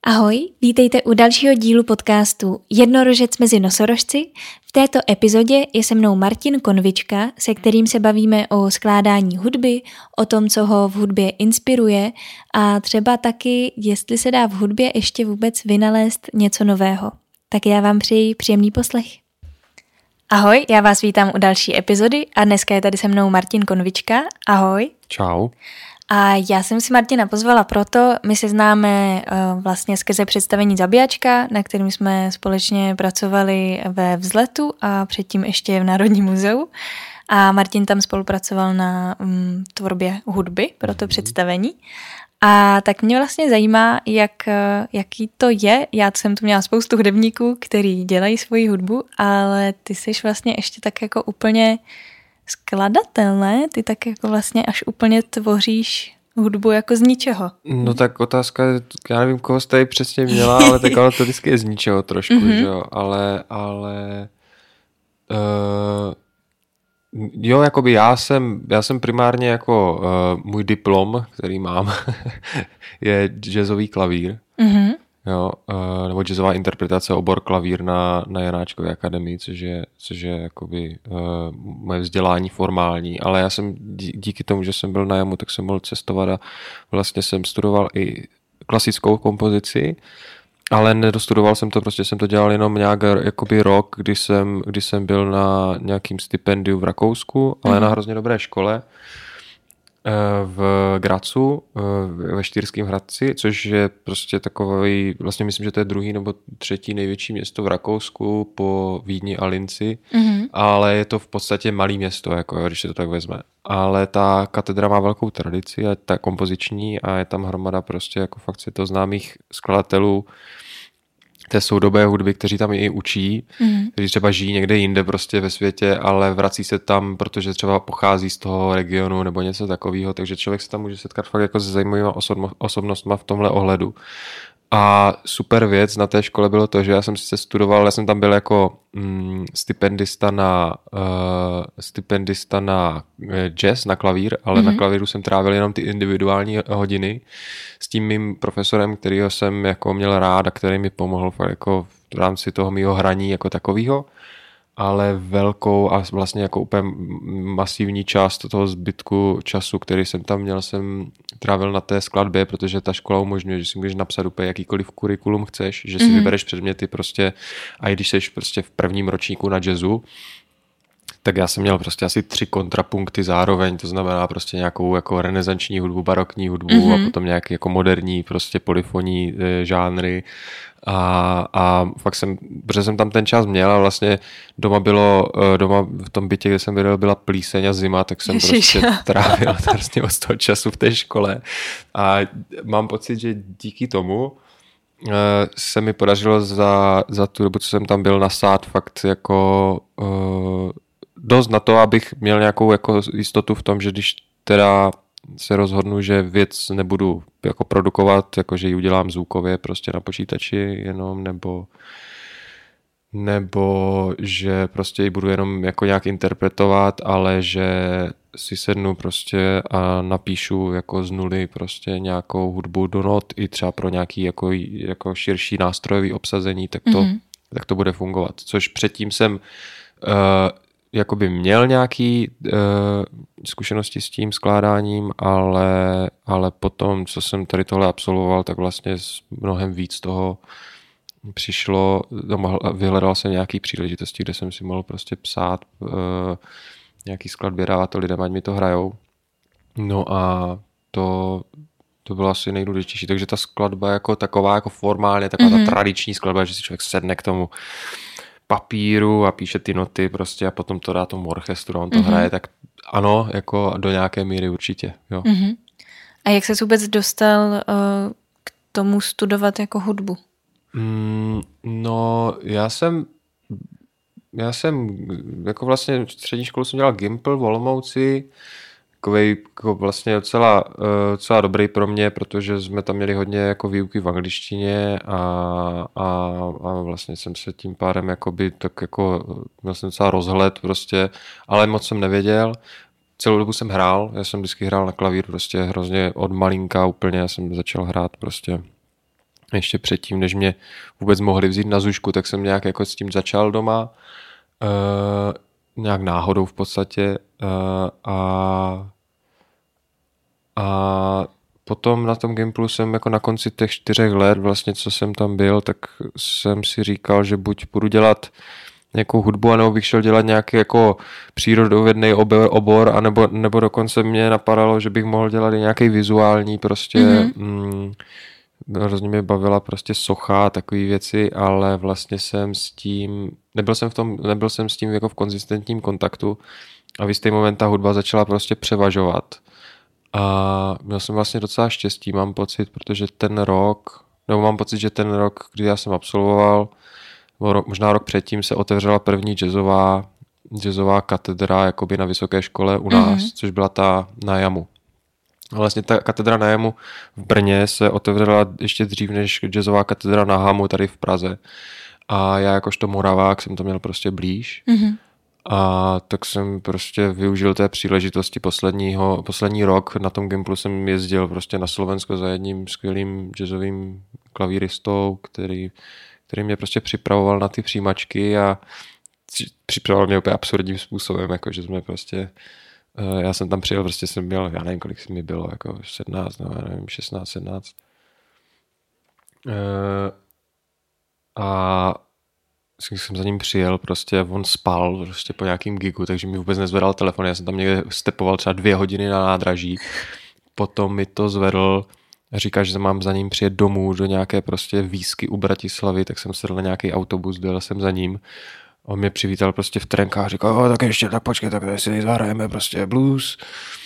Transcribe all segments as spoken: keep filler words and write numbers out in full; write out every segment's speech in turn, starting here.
Ahoj, vítejte u dalšího dílu podcastu Jednorožec mezi nosorožci. V této epizodě je se mnou Martin Konvička, se kterým se bavíme o skládání hudby, o tom, co ho v hudbě inspiruje a třeba taky, jestli se dá v hudbě ještě vůbec vynalézt něco nového. Tak já vám přeji příjemný poslech. Ahoj, já vás vítám u další epizody a dneska je tady se mnou Martin Konvička. Ahoj. Čau. A já jsem si Martina pozvala proto, my se známe uh, vlastně skrze představení Zabíjačka, na kterým jsme společně pracovali ve Vzletu a předtím ještě v Národním muzeu. A Martin tam spolupracoval na um, tvorbě hudby pro to představení. A tak mě vlastně zajímá, jak, jaký to je. Já jsem tu měla spoustu hudebníků, který dělají svoji hudbu, ale ty jsi vlastně ještě tak jako úplně skladatel, ne? Ty tak jako vlastně až úplně tvoříš hudbu jako z ničeho. No tak otázka, já nevím, koho jste tady přesně měla, ale tak ono to vždycky je z ničeho trošku, mm-hmm. že jo, ale, ale uh, jo, jakoby já jsem, já jsem primárně jako uh, můj diplom, který mám, je jazzový klavír. Mm-hmm. Jo, uh, nebo jazzová interpretace, obor klavír na, na Janáčkově akademii, což je, což je jakoby uh, moje vzdělání formální, ale já jsem dí, díky tomu, že jsem byl na jamu, tak jsem mohl cestovat a vlastně jsem studoval i klasickou kompozici, ale nedostudoval jsem to, prostě jsem to dělal jenom nějak jakoby rok, kdy jsem, kdy jsem byl na nějakým stipendiu v Rakousku, ale mm. na hrozně dobré škole v Grazu, ve Štýrském Hradci, což je prostě takový, vlastně myslím, že to je druhý nebo třetí největší město v Rakousku po Vídni a Linci, mm-hmm. ale je to v podstatě malý město, jako, když se to tak vezme. Ale ta katedra má velkou tradici, a ta kompoziční a je tam hromada prostě jako fakt světoznámých skladatelů té soudobé hudby, kteří tam i učí, mm. kteří třeba žijí někde jinde prostě ve světě, ale vrací se tam, protože třeba pochází z toho regionu nebo něco takového, takže člověk se tam může setkat fakt jako se zajímavými osobnostmi v tomhle ohledu. A super věc na té škole bylo to, že já jsem sice studoval, já jsem tam byl jako mm, stipendista na uh, stipendista na jazz, na klavír, ale mm-hmm. na klavíru jsem trávil jenom ty individuální hodiny s tím mým profesorem, kterýho jsem jako měl rád a který mi pomohl jako v rámci toho mýho hraní jako takového. Ale velkou a vlastně jako úplně masivní část toho zbytku času, který jsem tam měl, jsem trávil na té skladbě, protože ta škola umožňuje, že si můžeš napsat úplně jakýkoliv kurikulum chceš, že si mm-hmm. vybereš předměty prostě, a i když jsi prostě v prvním ročníku na jazzu, tak já jsem měl prostě asi tři kontrapunkty zároveň, to znamená prostě nějakou jako renesanční hudbu, barokní hudbu mm-hmm. a potom nějaký jako moderní prostě polyfonní e, žánry. A, a fakt jsem, protože jsem tam ten čas měl a vlastně doma bylo, doma v tom bytě, kde jsem bydlel, byla plíseň a zima, tak jsem Ježiš. prostě trávil vlastně od toho času v té škole. A mám pocit, že díky tomu uh, se mi podařilo za, za tu dobu, co jsem tam byl, nasát fakt jako uh, dost na to, abych měl nějakou jako jistotu v tom, že když teda se rozhodnu, že věc nebudu jako produkovat, jako že ji udělám zvukově prostě na počítači jenom, nebo nebo že prostě ji budu jenom jako nějak interpretovat, ale že si sednu prostě a napíšu jako z nuly prostě nějakou hudbu do not i třeba pro nějaký jako, jako širší nástrojový obsazení, tak to, mm-hmm. tak to bude fungovat. Což předtím jsem uh, jakoby měl nějaký uh, zkušenosti s tím skládáním, ale, ale potom, co jsem tady tohle absolvoval, tak vlastně mnohem víc toho přišlo, vyhledal jsem nějaký příležitosti, kde jsem si mohl prostě psát uh, nějaký skladby, dávat to lidem, ať mi to hrajou. No a to, to bylo asi nejdůležitější. Takže ta skladba jako taková, jako formálně, taková mm-hmm. ta tradiční skladba, že si člověk sedne k tomu papíru a píše ty noty prostě a potom to dá tomu orchestru a on to mm-hmm. hraje, tak ano, jako do nějaké míry určitě. Jo. Mm-hmm. A jak ses vůbec dostal uh, k tomu studovat jako hudbu? Mm, no, já jsem já jsem jako vlastně střední školu jsem dělal Gimpl v Olomouci, takovej jako vlastně docela, docela dobrý pro mě, protože jsme tam měli hodně jako výuky v angličtině a, a, a vlastně jsem se tím pádem jakoby tak jako měl jsem docela rozhled prostě, ale moc jsem nevěděl. Celou dobu jsem hrál, já jsem vždycky hrál na klavír prostě hrozně od malinka úplně, já jsem začal hrát prostě ještě předtím, než mě vůbec mohli vzít na zušku, tak jsem nějak jako s tím začal doma. Uh, nějak náhodou v podstatě. Uh, a, a potom na tom Gimplu jsem jako na konci těch čtyřech let, vlastně co jsem tam byl, tak jsem si říkal, že buď budu dělat nějakou hudbu, anebo bych šel dělat nějaký jako přírodovědný obor, anebo, nebo dokonce mě napadalo, že bych mohl dělat i nějaký vizuální prostě. Mm-hmm. Mm, hrozně mě bavila prostě socha a takové věci, ale vlastně jsem s tím, nebyl jsem v tom, nebyl jsem s tím jako v konzistentním kontaktu a v jistý moment ta hudba začala prostě převažovat. A měl jsem vlastně docela štěstí, mám pocit, protože ten rok, nebo mám pocit, že ten rok, kdy já jsem absolvoval, možná rok předtím se otevřela první jazzová, jazzová katedra jakoby na vysoké škole u nás, mm-hmm. což byla ta na Jamu. A vlastně ta katedra na Jamu v Brně se otevřela ještě dřív než jazzová katedra na Hamu tady v Praze. A já jakožto Moravák jsem to měl prostě blíž. Mm-hmm. A tak jsem prostě využil té příležitosti posledního, poslední rok. Na tom Gimplu jsem jezdil prostě na Slovensko za jedním skvělým jazzovým klavíristou, který, který mě prostě připravoval na ty přijímačky a připravoval mě úplně absurdním způsobem, jako že jsme prostě, já jsem tam přijel, prostě jsem měl, já nevím, kolik mi bylo, jako sedmnáct, no, já nevím, šestnáct, sedmnáct. A jsem za ním přijel, prostě on spal prostě po nějakým gigu, takže mi vůbec nezvedal telefon, já jsem tam někde stepoval třeba dvě hodiny na nádraží, potom mi to zvedl a říká, že mám za ním přijet domů do nějaké prostě výsky u Bratislavy, tak jsem sedl na nějaký autobus, dojel jsem za ním. On mě přivítal prostě v trenkách, říkal, o, tak ještě, tak počkej, tak si zahrajeme prostě blues.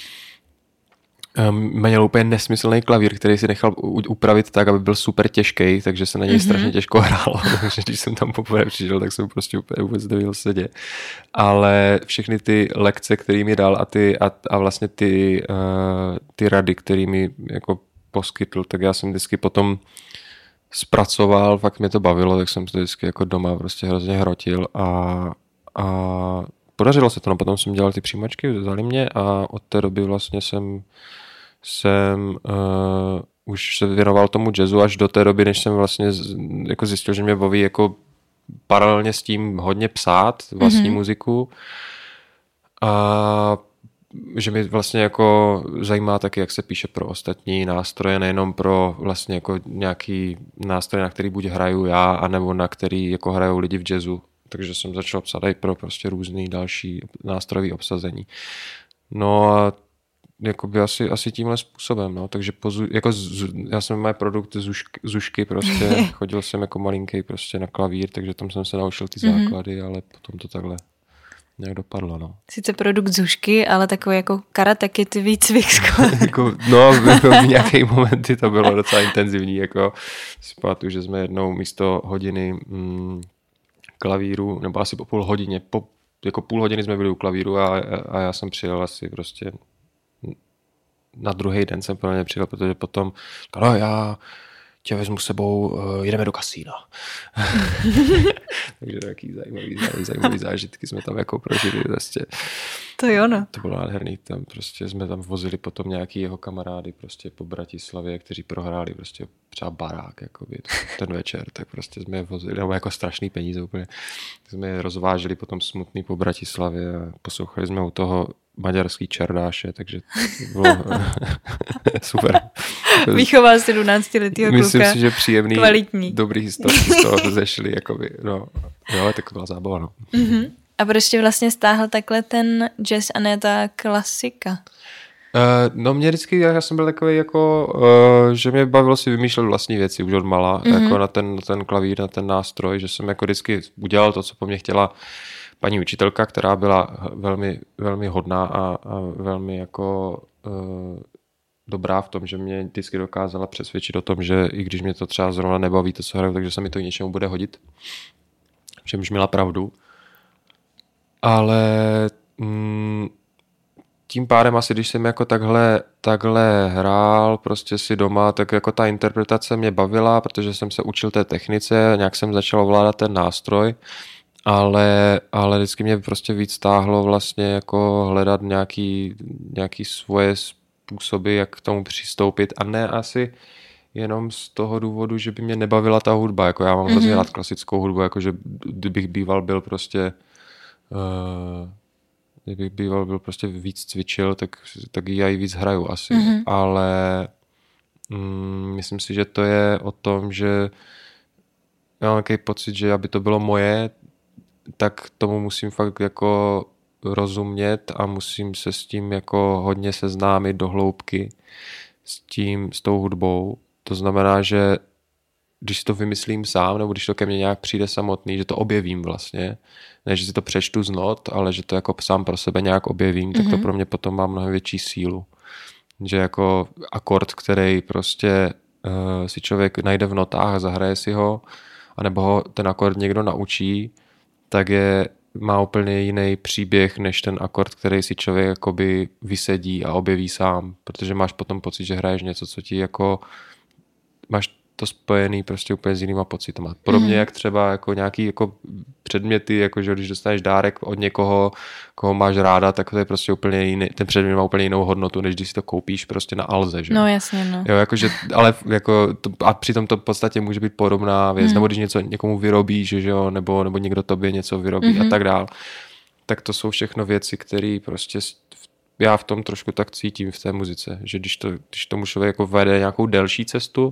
Um, měl úplně nesmyslný klavír, který si nechal upravit tak, aby byl super těžký, takže se na něj mm-hmm. strašně těžko hrálo. Takže když jsem tam poprvé přišel, tak jsem prostě úplně vůbec nevěděl sedět. Ale všechny ty lekce, které mi dal a, ty, a, a vlastně ty, uh, ty rady, které mi jako poskytl, tak já jsem vždycky potom zpracoval, fakt mě to bavilo, tak jsem to vždycky jako doma prostě hrozně hrotil a, a podařilo se to, no potom jsem dělal ty přijímačky, vzali mě a od té doby vlastně jsem jsem uh, už se věnoval tomu jazzu až do té doby, než jsem vlastně z, jako zjistil, že mě baví jako paralelně s tím hodně psát vlastní mm-hmm. muziku a že mi vlastně jako zajímá taky, jak se píše pro ostatní nástroje, nejenom pro vlastně jako nějaký nástroje, na který buď hraju já, anebo na který jako hrajou lidi v jazzu. Takže jsem začal psát i pro prostě různý další nástrojové obsazení. No a jakoby asi, asi tímhle způsobem, no. Takže pozu, jako z, já jsem měl produkt zušky, zušky prostě, chodil jsem jako malinký prostě na klavír, takže tam jsem se naučil ty základy, mm-hmm. ale potom to takhle nějak dopadlo, no. Sice produkt zušky, ale takový jako Karate Kid výcvik. jako, no, v nějaký momenty to bylo docela intenzivní, jako si pamatuju, že jsme jednou místo hodiny mm, klavíru, nebo asi po půl hodině, po, jako půl hodiny jsme byli u klavíru a, a já jsem přijel asi prostě na druhý den jsem pro ně přijel, protože potom no já tě vezmu s sebou, uh, jedeme do kasína. Takže takový zajímavý, zajímavý zážitky jsme tam jako prožili. Prostě. To jo, no. To bylo nádherný. Tam prostě jsme tam vozili potom nějaký jeho kamarády prostě po Bratislavě, kteří prohráli prostě třeba barák jakoby, ten večer, tak prostě jsme je vozili, nebo jako strašný peníze úplně. Tak jsme je rozváželi potom smutný po Bratislavě a poslouchali jsme u toho maďarský čerdáše, takže bylo super. Vychoval sedmnáctiletýho kluka. Myslím si, že příjemný, kvalitní. Dobrý historky z toho zešly, jakoby, no, jo, tak to byla zábava, no. Mm-hmm. A proč tě vlastně stáhl takhle ten jazz a ne ta klasika? Uh, no mě vždycky, já jsem byl takový jako, uh, že mě bavilo si vymýšlet vlastní věci už od mala, mm-hmm. jako na ten, na ten klavír, na ten nástroj, že jsem jako vždycky udělal to, co po mně chtěla paní učitelka, která byla velmi, velmi hodná a, a velmi jako uh, dobrá v tom, že mě vždycky dokázala přesvědčit o tom, že i když mě to třeba zrovna nebaví, to, co hraju, takže se mi to k něčemu bude hodit. Čemž měla pravdu. Ale mm, tím pádem asi, když jsem jako takhle, takhle hrál prostě si doma, tak jako ta interpretace mě bavila, protože jsem se učil té technice, nějak jsem začal ovládat ten nástroj, ale, ale vždycky mě prostě víc táhlo vlastně jako hledat nějaký, nějaký svoje způsoby, jak k tomu přistoupit a ne asi jenom z toho důvodu, že by mě nebavila ta hudba. Jako já mám mm-hmm. hrozně rád klasickou hudbu, jakože kdybych býval byl prostě uh, kdybych býval byl prostě víc cvičil, tak, tak já ji víc hraju asi. Mm-hmm. Ale mm, myslím si, že to je o tom, že já mám takový pocit, že aby to bylo moje, tak tomu musím fakt jako rozumět a musím se s tím jako hodně seznámit do hloubky s tím, s tou hudbou. To znamená, že když si to vymyslím sám, nebo když to ke mně nějak přijde samotný, že to objevím vlastně, ne, že si to přečtu z not, ale že to jako sám pro sebe nějak objevím, mm-hmm. tak to pro mě potom má mnohem větší sílu. Že jako akord, který prostě uh, si člověk najde v notách a zahraje si ho, anebo ho ten akord někdo naučí, tak je, má úplně jiný příběh, než ten akord, který si člověk jakoby vysedí a objeví sám, protože máš potom pocit, že hraješ něco, co ti jako máš to spojený prostě úplně s jinýma pocitama. Podobně mm. jak třeba jako nějaký jako předměty, jako že když dostaneš dárek od někoho, koho máš ráda, tak to je prostě úplně jiný, ten předmět má úplně jinou hodnotu, než když si to koupíš prostě na Alze, že? No jasně, no. Jo, jakože, ale jako to, a přitom to v podstatě může být podobná věc, mm. nebo když něco někomu vyrobíš, že jo, nebo, nebo někdo tobě něco vyrobí mm-hmm. a tak dál. Tak to jsou všechno věci, které prostě já v tom trošku tak cítím v té muzice, že když, to, když tomu člověk jako vede nějakou delší cestu,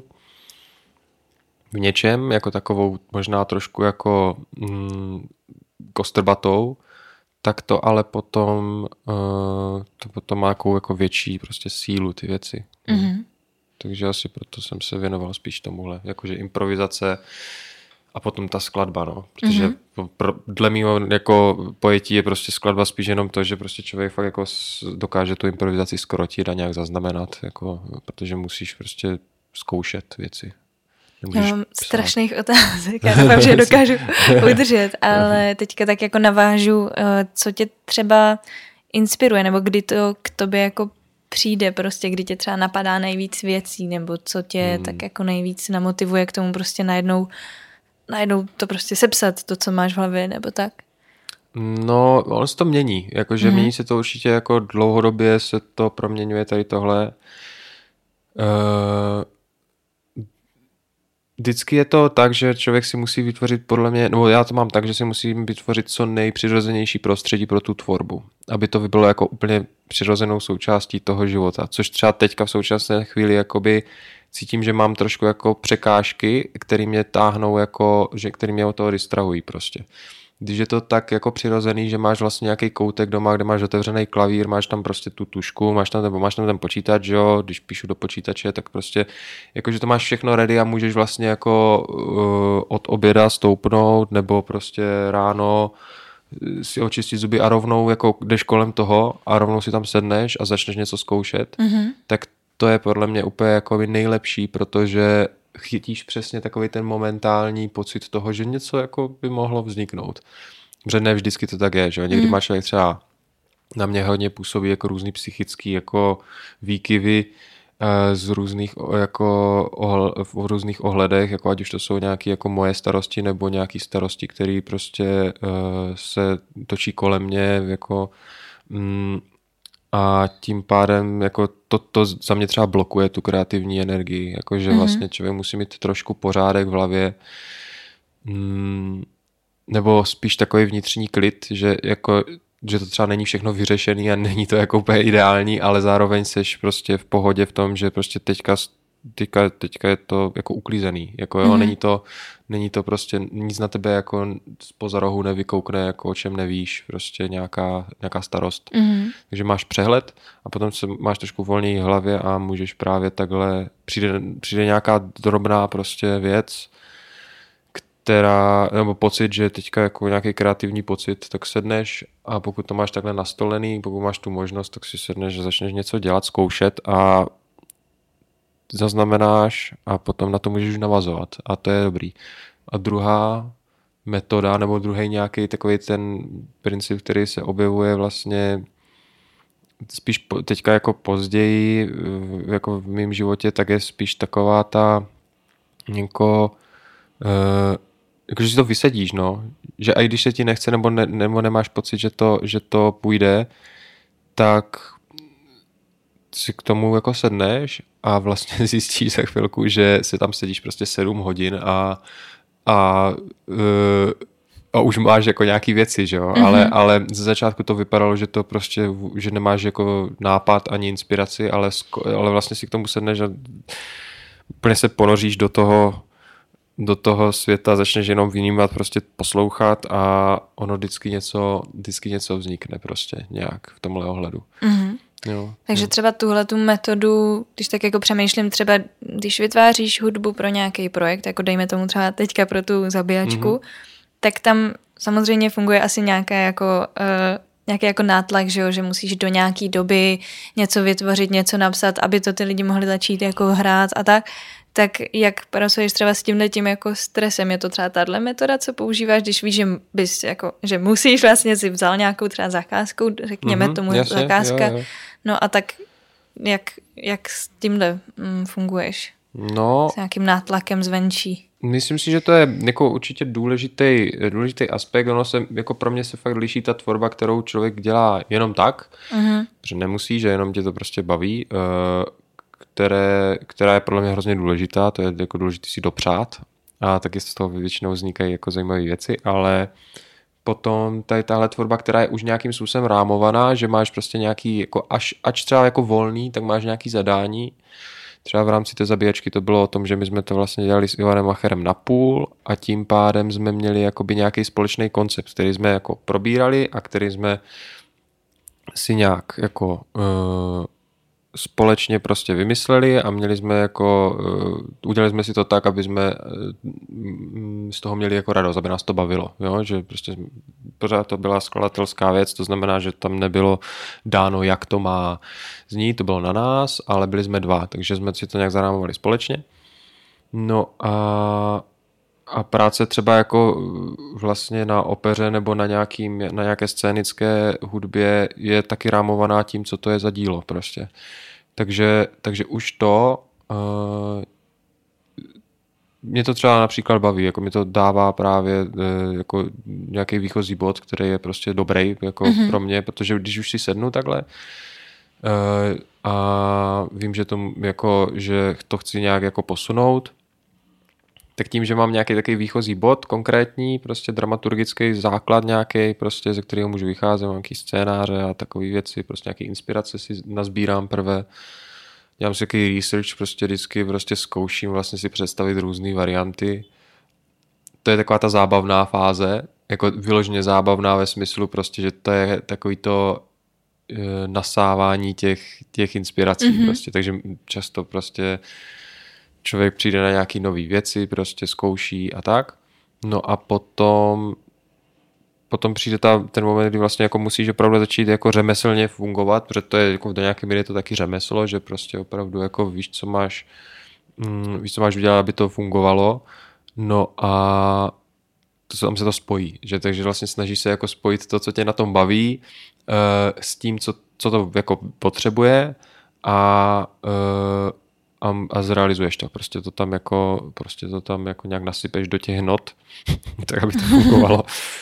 v něčem, jako takovou možná trošku jako mm, kostrbatou, tak to ale potom uh, to potom má nějakou jako větší prostě sílu ty věci. Mm-hmm. Takže asi proto jsem se věnoval spíš tomuhle, jakože improvizace a potom ta skladba, no. Protože mm-hmm. pro, dle mýho jako pojetí je prostě skladba spíš jenom to, že prostě člověk fakt jako dokáže tu improvizaci skrotit a nějak zaznamenat, jako, protože musíš prostě zkoušet věci. Já mám strašných otázek, já doufám, že dokážu udržet, ale teďka tak jako navážu, co tě třeba inspiruje, nebo kdy to k tobě jako přijde prostě, kdy tě třeba napadá nejvíc věcí, nebo co tě hmm. tak jako nejvíc namotivuje k tomu prostě najednou, najednou to prostě sepsat, to, co máš v hlavě, nebo tak? No, ono se to mění, jakože hmm. mění se to určitě jako dlouhodobě se to proměňuje tady tohle. Uh, Vždycky je to tak, že člověk si musí vytvořit podle mě, nebo já to mám tak, že si musím vytvořit co nejpřirozenější prostředí pro tu tvorbu, aby to bylo jako úplně přirozenou součástí toho života, což třeba teďka v současné chvíli jakoby cítím, že mám trošku jako překážky, které mě táhnou jako, že které mě od toho distrahují prostě. Když je to tak jako přirozený, že máš vlastně nějaký koutek doma, kde máš otevřený klavír, máš tam prostě tu tušku, máš tam, nebo máš tam ten počítač, jo, když píšu do počítače, tak prostě jakože to máš všechno ready a můžeš vlastně jako uh, od oběda stoupnout, nebo prostě ráno si očistit zuby a rovnou jako jdeš kolem toho a rovnou si tam sedneš a začneš něco zkoušet, mm-hmm. tak to je podle mě úplně jako nejlepší, protože chytíš přesně takový ten momentální pocit toho, že něco jako by mohlo vzniknout. Protože ne vždycky to tak je, že někdy mm. má člověk třeba, na mě hodně působí jako různý psychický jako výkyvy eh, z různých jako ohl, v různých ohledech, jako ať už to jsou nějaké jako moje starosti nebo nějaké starosti, které prostě eh, se točí kolem mě jako mm, a tím pádem jako to, to za mě třeba blokuje tu kreativní energii, jakože mm-hmm. vlastně člověk musí mít trošku pořádek v hlavě, mm, nebo spíš takový vnitřní klid, že jako že to třeba není všechno vyřešený a není to jako úplně ideální, ale zároveň seš prostě v pohodě v tom, že prostě teďka teďka, teďka je to jako uklízený, jako jo, mm-hmm. není to není to prostě nic na tebe jako zpoza rohu nevykoukne, jako o čem nevíš, prostě nějaká, nějaká starost. Mm-hmm. Takže máš přehled a potom se máš trošku volněji v hlavě a můžeš právě takhle, přijde, přijde nějaká drobná prostě věc, která, nebo pocit, že teďka jako nějaký kreativní pocit, tak sedneš a pokud to máš takhle nastolený, pokud máš tu možnost, tak si sedneš, že začneš něco dělat, zkoušet a zaznamenáš a potom na to můžeš navazovat a to je dobrý. A druhá metoda nebo druhý nějaký takový ten princip, který se objevuje vlastně spíš teďka jako později jako v mém životě, tak je spíš taková ta jako jakože si to vysedíš, no. Že i když se ti nechce nebo, ne, nebo nemáš pocit, že to, že to půjde, tak si k tomu jako sedneš a vlastně zjistíš za chvilku, že si tam sedíš prostě sedm hodin a, a, a už máš jako nějaký věci, že jo? Mm-hmm. Ale, ale ze začátku to vypadalo, že to prostě, že nemáš jako nápad ani inspiraci, ale, ale vlastně si k tomu sedneš a úplně se ponoříš do toho, do toho světa, začneš jenom vnímat, prostě poslouchat a ono vždycky něco, vždycky něco vznikne prostě nějak v tomhle ohledu. Mm-hmm. Jo, Takže jo. třeba tuhletu metodu, když tak jako přemýšlím, třeba když vytváříš hudbu pro nějaký projekt, jako dejme tomu třeba teďka pro tu zabíjačku, mm-hmm. tak tam samozřejmě funguje asi nějaké jako, uh, nějaký jako nátlak, že, jo? Že musíš do nějaký doby něco vytvořit, něco napsat, aby to ty lidi mohli začít jako hrát a tak. Tak jak pracuješ třeba s tímhletím jako stresem? Je to třeba tahle metoda, co používáš, když víš, že bys jako, že musíš vlastně si vzal nějakou třeba zakázku, řekněme mm-hmm, tomu jasně, zakázka. Jo, jo. No a tak jak, jak s tímhle mm, funguješ? No, s nějakým nátlakem zvenčí? Myslím si, že to je jako určitě důležitý, důležitý aspekt. Ono se, jako pro mě se fakt liší ta tvorba, kterou člověk dělá jenom tak, mm-hmm. že nemusí, že jenom tě to prostě baví, které, která je podle mě hrozně důležitá, to je jako důležité si dopřát a taky z toho většinou vznikají jako zajímavé věci, ale potom tady tahle tvorba, která je už nějakým způsobem rámovaná, že máš prostě nějaký, jako až, ač třeba jako volný, tak máš nějaký zadání. Třeba v rámci té zabíjačky to bylo o tom, že my jsme to vlastně dělali s Ivanem Macherem na půl a tím pádem jsme měli jakoby nějaký společný koncept, který jsme jako probírali a který jsme si nějak jako uh, společně prostě vymysleli a měli jsme jako, uh, udělali jsme si to tak, aby jsme uh, z toho měli jako radost, aby nás to bavilo, jo? Že prostě pořád to byla skladatelská věc, to znamená, že tam nebylo dáno, jak to má znít, to bylo na nás, ale byli jsme dva, takže jsme si to nějak zarámovali společně. No a, a práce třeba jako vlastně na opeře nebo na, nějakým, na nějaké scénické hudbě je taky rámovaná tím, co to je za dílo prostě. Takže, takže už to uh, mě to třeba například baví, jako mi to dává právě uh, jako nějaký výchozí bod, který je prostě dobrý jako mm-hmm. pro mě, protože když už si sednu takhle uh, a vím, že to, jako, že to chci nějak jako posunout, tak tím, že mám nějaký takový výchozí bod konkrétní, prostě dramaturgický základ nějaký, prostě, ze kterého můžu vycházet, mám nějaký scénáře a takové věci, prostě nějaké inspirace si nazbírám prvé. Dělám si takový research, prostě vždycky prostě zkouším vlastně si představit různé varianty. To je taková ta zábavná fáze, jako vyloženě zábavná ve smyslu prostě, že to je takový to e, nasávání těch, těch inspirací mm-hmm. prostě, takže často prostě člověk přijde na nějaké nové věci, prostě zkouší a tak. No a potom, potom přijde ta, ten moment, kdy vlastně jako musíš opravdu začít jako řemeslně fungovat, protože to je jako do nějaké míry to taky řemeslo, že prostě opravdu jako víš, co máš, mm, víš, co máš udělat, aby to fungovalo. No a to, tam se to spojí. Že, takže vlastně snažíš se jako spojit to, co tě na tom baví, uh, s tím, co, co to jako potřebuje a uh, A, a zrealizuješ to. Prostě to tam jako, prostě to tam jako nějak nasypeš do těch not, tak aby to fungovalo.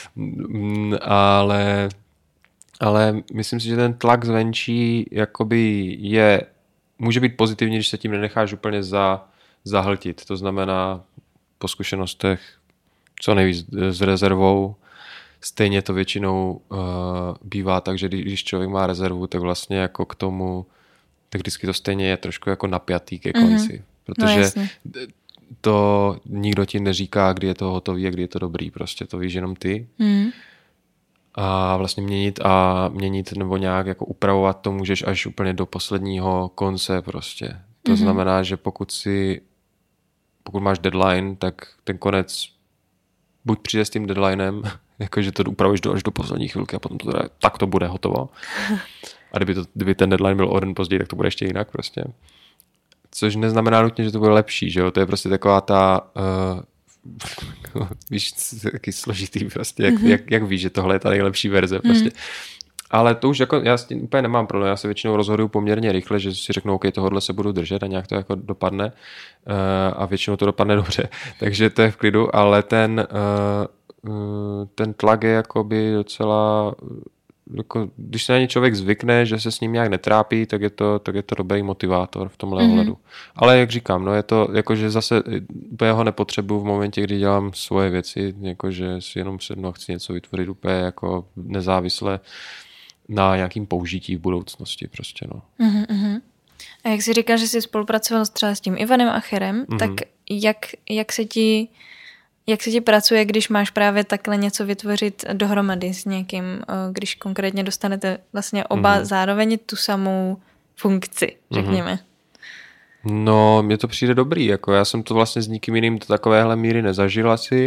ale, ale myslím si, že ten tlak zvenčí jakoby je, může být pozitivní, když se tím nenecháš úplně za, zahltit. To znamená po zkušenostech co nejvíc s rezervou. Stejně to většinou uh, bývá tak, že když člověk má rezervu, tak vlastně jako k tomu tak vždycky to stejně je trošku jako napjatý ke konci. Mm-hmm. Protože no, to nikdo ti neříká, kdy je to hotový a kdy je to dobrý. Prostě to víš jenom ty. Mm. A vlastně měnit a měnit nebo nějak jako upravovat to můžeš až úplně do posledního konce prostě. To mm-hmm. znamená, že pokud si pokud máš deadline, tak ten konec buď přijde s tím deadlinem, jakože to upravíš do, až do poslední chvilky a potom to teda, tak to bude hotovo. A kdyby, to, kdyby ten deadline byl o den později, tak to bude ještě jinak prostě. Což neznamená nutně, že to bude lepší, že jo? To je prostě taková ta, uh, víš, taky složitý prostě, jak, mm-hmm. jak, jak víš, že tohle je ta nejlepší verze prostě. Mm-hmm. Ale to už jako, já s tím úplně nemám problém, já se většinou rozhoduju poměrně rychle, že si řeknu, OK, tohle se budu držet a nějak to jako dopadne uh, a většinou to dopadne dobře, takže to je v klidu, ale ten, uh, uh, ten tlak je jakoby docela jako, když se na ně člověk zvykne, že se s ním nějak netrápí, tak je to, tak je to dobrý motivátor v tomhle mm-hmm. ohledu. Ale jak říkám, no je to, jakože zase úplně ho nepotřebuji v momentě, kdy dělám svoje věci, jakože si jenom sednu a chci něco vytvořit úplně jako nezávisle na nějakým použití v budoucnosti prostě, no. Mm-hmm. A jak jsi říkal, že jsi spolupracoval třeba s tím Ivanem Acherem, mm-hmm. tak jak, jak se ti Jak se ti pracuje, když máš právě takhle něco vytvořit dohromady s někým, když konkrétně dostanete vlastně oba mm-hmm. zároveň tu samou funkci, řekněme? No, mně to přijde dobrý, jako já jsem to vlastně s nikým jiným do takovéhle míry nezažil asi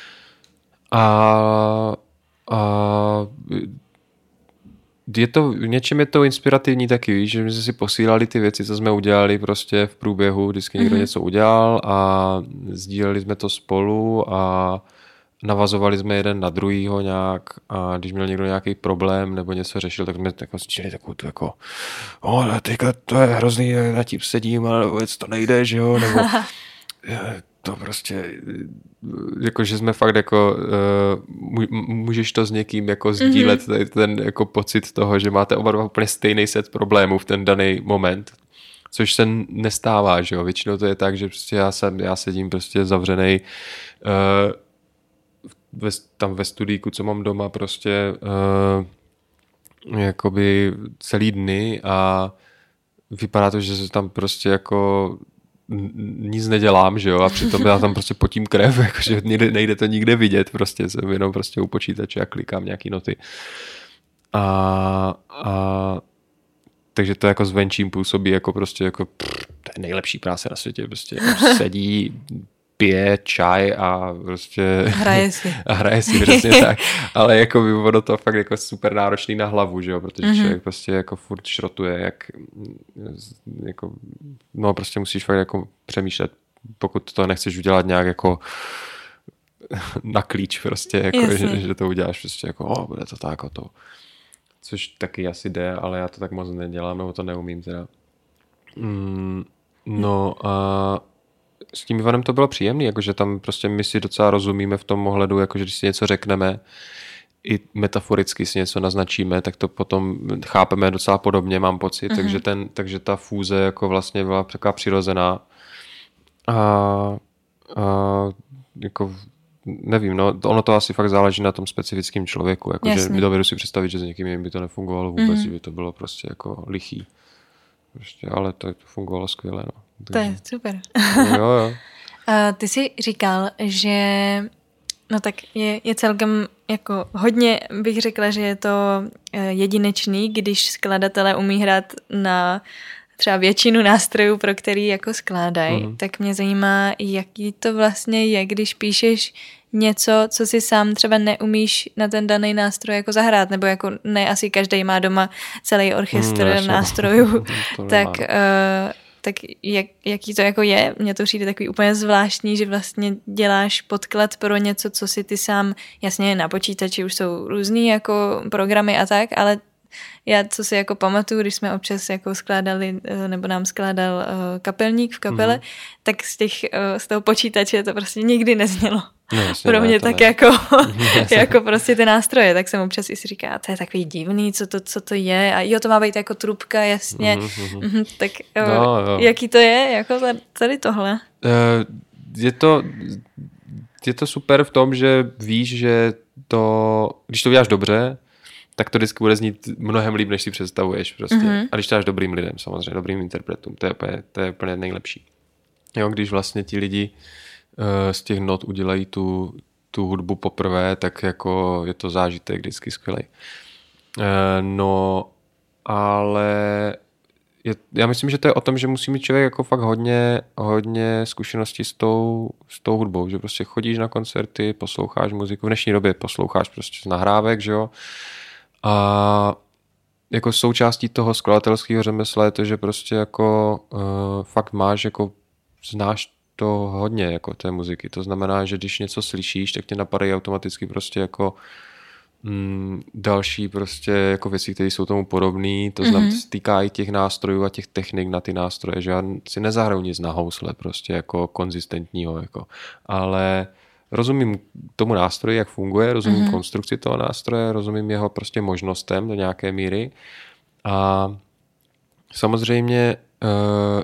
a, a je to, v něčem je to inspirativní taky, víš, že my jsme si posílali ty věci, co jsme udělali prostě v průběhu, vždycky někdo mm-hmm. něco udělal a sdíleli jsme to spolu a navazovali jsme jeden na druhýho nějak a když měl někdo nějaký problém nebo něco řešil, tak jsme jako sdíleli takovou tu jako o, teďka to je hrozný, na tím sedím, ale vůbec to nejde, že jo, nebo to prostě, jako, že jsme fakt jako, uh, můžeš to s někým jako sdílet, mm-hmm. ten jako pocit toho, že máte oba dva úplně stejný set problémů v ten daný moment, což se nestává, že jo, většinou to je tak, že prostě já jsem, já sedím prostě zavřenej uh, ve, tam ve studíku, co mám doma prostě uh, jakoby celý dny a vypadá to, že se tam prostě jako nic nedělám, že jo, a přitom já tam prostě potím krev, jakože nejde, nejde to nikde vidět, prostě jsem jenom prostě u počítače a klikám nějaký noty. A, a takže to jako zvenčím působí jako prostě jako pff, to je nejlepší práce na světě, prostě jako sedí, pije čaj a prostě hraje si. A hraje si, přesně tak. Ale jako by bylo to fakt jako super náročný na hlavu, že jo, protože mm-hmm. člověk prostě jako furt šrotuje, jak jako, no prostě musíš fakt jako přemýšlet, pokud to nechceš udělat nějak jako na klíč prostě, jako, že, že to uděláš prostě jako, o, bude to tak a to. Což taky asi jde, ale já to tak moc nedělám, nebo to neumím teda. Mm, no a s tím Ivanem to bylo příjemný, jakože tam prostě my si docela rozumíme v tom ohledu, jakože když si něco řekneme, i metaforicky si něco naznačíme, tak to potom chápeme docela podobně, mám pocit, mm-hmm. takže, ten, takže ta fúze jako vlastně byla taková přirozená a, a jako nevím, no, ono to asi fakt záleží na tom specifickém člověku, jakože mi dovedu si představit, že s někým jiným by to nefungovalo vůbec, mm-hmm. že by to bylo prostě jako lichý. Prostě, ale to, to fungovalo skvěle, no. Takže... To je super. Jo, jo. A ty jsi říkal, že no tak je, je celkem jako hodně bych řekla, že je to jedinečný, když skladatelé umí hrát na třeba většinu nástrojů, pro který jako skládají, mm. tak mě zajímá, jaký to vlastně je, když píšeš něco, co si sám třeba neumíš na ten daný nástroj jako zahrát, nebo jako ne asi každý má doma celý orchestr mm, nástrojů, tak, uh, tak jak, jaký to jako je? Mně to přijde takový úplně zvláštní, že vlastně děláš podklad pro něco, co si ty sám, jasně na počítači už jsou různý jako programy a tak, ale já, co si jako pamatuju, když jsme občas jako skládali, nebo nám skládal kapelník v kapele, mm. tak z, těch, z toho počítače to prostě nikdy neznělo. No, jasně, pro mě ne, tak ne. jako, jako prostě ty nástroje, tak jsem občas i si říká, to je takový divný, co to, co to je a jo, to má být jako trubka, jasně, mm-hmm. Mm-hmm, tak no, jo. Jaký to je, jako tady tohle? Uh, je to je to super v tom, že víš, že to, když to uděláš dobře, tak to vždycky bude znít mnohem líp, než si představuješ prostě. Mm-hmm. A když to dáš dobrým lidem, samozřejmě, dobrým interpretům, to je úplně, to je úplně nejlepší. Jo, když vlastně ti lidi uh, z těch not udělají tu, tu hudbu poprvé, tak jako je to zážitek vždycky skvělej. Uh, no, ale je, já myslím, že to je o tom, že musí mít člověk jako fakt hodně, hodně zkušeností s tou, s tou hudbou, že prostě chodíš na koncerty, posloucháš muziku, v dnešní době posloucháš prostě z nahrávek, že jo. A jako součástí toho skladatelského řemesla je to, že prostě jako uh, fakt máš, jako znáš to hodně jako té muziky. To znamená, že když něco slyšíš, tak tě napadají automaticky prostě jako mm, další prostě jako věci, které jsou tomu podobné. To znamená, mm-hmm. týká i těch nástrojů a těch technik na ty nástroje, že já si nezahraju nic na housle prostě jako konzistentního, jako. Ale rozumím tomu nástroji, jak funguje, rozumím mm-hmm. konstrukci toho nástroje, rozumím jeho prostě možnostem do nějaké míry a samozřejmě uh,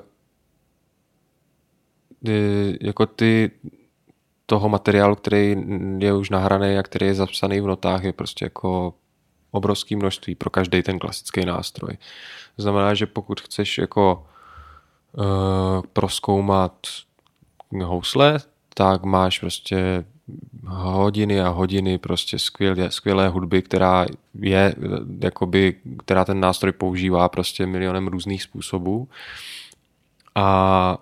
jako ty toho materiálu, který je už nahraný a který je zapsaný v notách, je prostě jako obrovské množství pro každý ten klasický nástroj. To znamená, že pokud chceš jako uh, prozkoumat housle, tak máš prostě hodiny a hodiny prostě skvělé, skvělé hudby, která je, jakoby, která ten nástroj používá prostě milionem různých způsobů. A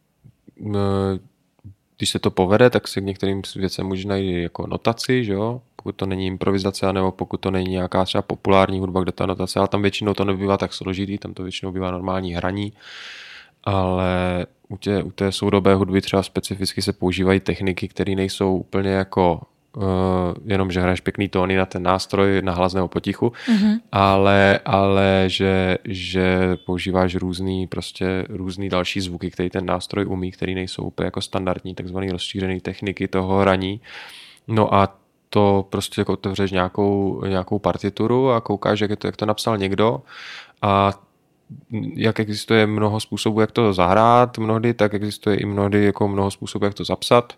když se to povede, tak se k některým věcem může najít jako notaci, že jo? Pokud to není improvizace, nebo pokud to není nějaká třeba populární hudba, kde ta notace, ale tam většinou to nebývá tak složitý, tam to většinou bývá normální hraní, ale u, tě, u té soudobé hudby třeba specificky se používají techniky, které nejsou úplně jako uh, jenom, že hraješ pěkný tóny na ten nástroj na hlas nebo potichu, mm-hmm. ale, ale že, že používáš různý, prostě různý další zvuky, které ten nástroj umí, které nejsou úplně jako standardní, takzvaný rozšířený techniky toho hraní. No a to prostě jako otevřeš nějakou, nějakou partituru a koukáš, jak, je to, jak to napsal někdo a jak existuje mnoho způsobů, jak to zahrát mnohdy, tak existuje i mnohdy jako mnoho způsobů, jak to zapsat.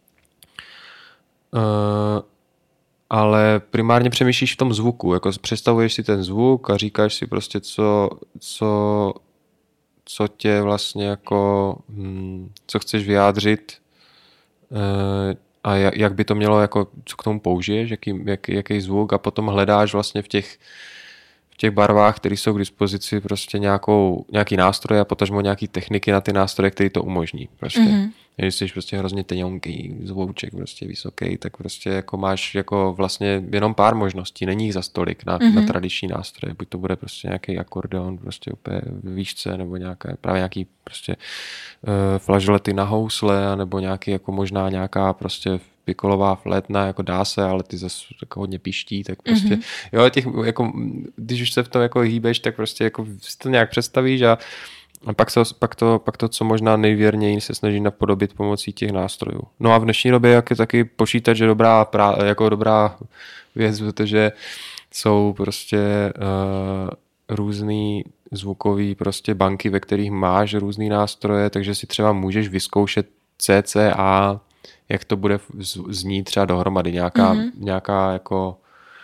Uh, ale primárně přemýšlíš v tom zvuku, jako představuješ si ten zvuk a říkáš si prostě, co, co, co tě vlastně jako, hm, co chceš vyjádřit uh, a jak, jak by to mělo, jako, co k tomu použiješ, jaký, jak, jaký zvuk a potom hledáš vlastně v těch v těch barvách, které jsou k dispozici prostě nějakou, nějaký nástroj a potažmo nějaký techniky na ty nástroje, které to umožní. Prostě. Mm-hmm. Když jsi prostě hrozně teňonký zvouček, prostě vysoký, tak prostě jako máš jako vlastně jenom pár možností, není jich za stolik na, mm-hmm. na tradiční nástroje. Buď to bude prostě nějaký akordeon prostě úplně v výšce, nebo nějaké, právě nějaký prostě uh, flažolety na housle, nebo nějaký jako možná nějaká prostě pikolová flétna, jako dá se, ale ty zase jako hodně piští, tak prostě, mm-hmm. jo, těch, jako, když už se v tom jako hýbeš, tak prostě jako si to nějak představíš a, a pak, se, pak, to, pak to, co možná nejvěrněji se snaží napodobit pomocí těch nástrojů. No a v dnešní době jak je taky počítat, že dobrá, prá, jako dobrá věc, protože jsou prostě uh, různý zvukový prostě banky, ve kterých máš různý nástroje, takže si třeba můžeš vyzkoušet C C A, jak to bude znít třeba dohromady, nějaká, mm-hmm. nějaká jako,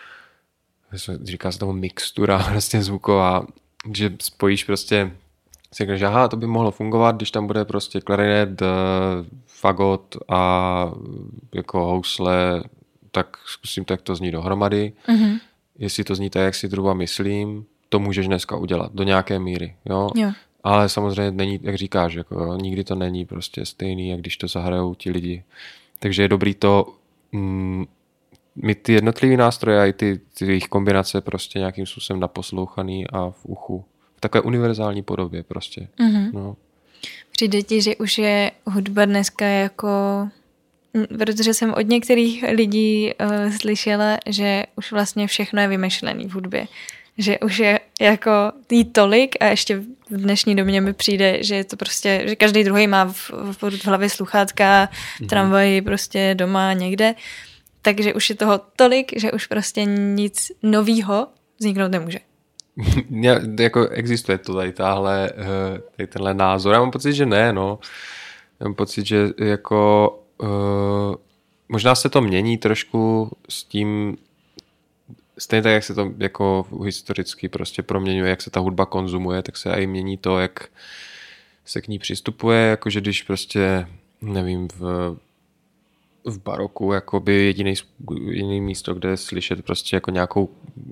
říká se tomu mixtura vlastně zvuková, že spojíš prostě, si řekneš, aha, to by mohlo fungovat, když tam bude prostě klarinet, fagot a jako housle, tak zkusím to, jak to zní dohromady. Mm-hmm. Jestli to zní tak, jak si zhruba myslím, to můžeš dneska udělat do nějaké míry, jo? Jo. Ale samozřejmě není, jak říkáš, jako, jo, nikdy to není prostě stejný, jak když to zahrajou ti lidi. Takže je dobrý to mm, mít ty jednotlivý nástroje a i ty, ty jejich kombinace prostě nějakým způsobem naposlouchaný a v uchu. V takové univerzální podobě prostě. Mm-hmm. No. Přijde ti, že už je hudba dneska jako... Protože jsem od některých lidí uh, slyšela, že už vlastně všechno je vymyšlené v hudbě. Že už je jako jí tolik a ještě v dnešní době mi přijde, že je to prostě, že každý druhý má v, v, v hlavě sluchátka, mm-hmm. tramvaji prostě doma někde, takže už je toho tolik, že už prostě nic novýho vzniknout nemůže. Já, jako existuje to tady, tahle, tady tenhle názor. Já mám pocit, že ne, no. Já mám pocit, že jako uh, možná se to mění trošku s tím, stejně tak, jak se to jako historicky prostě proměňuje, jak se ta hudba konzumuje, tak se i mění to, jak se k ní přistupuje, jakože když prostě, nevím, v, v baroku jakoby jediný, jediný místo, kde je slyšet prostě jako nějakou,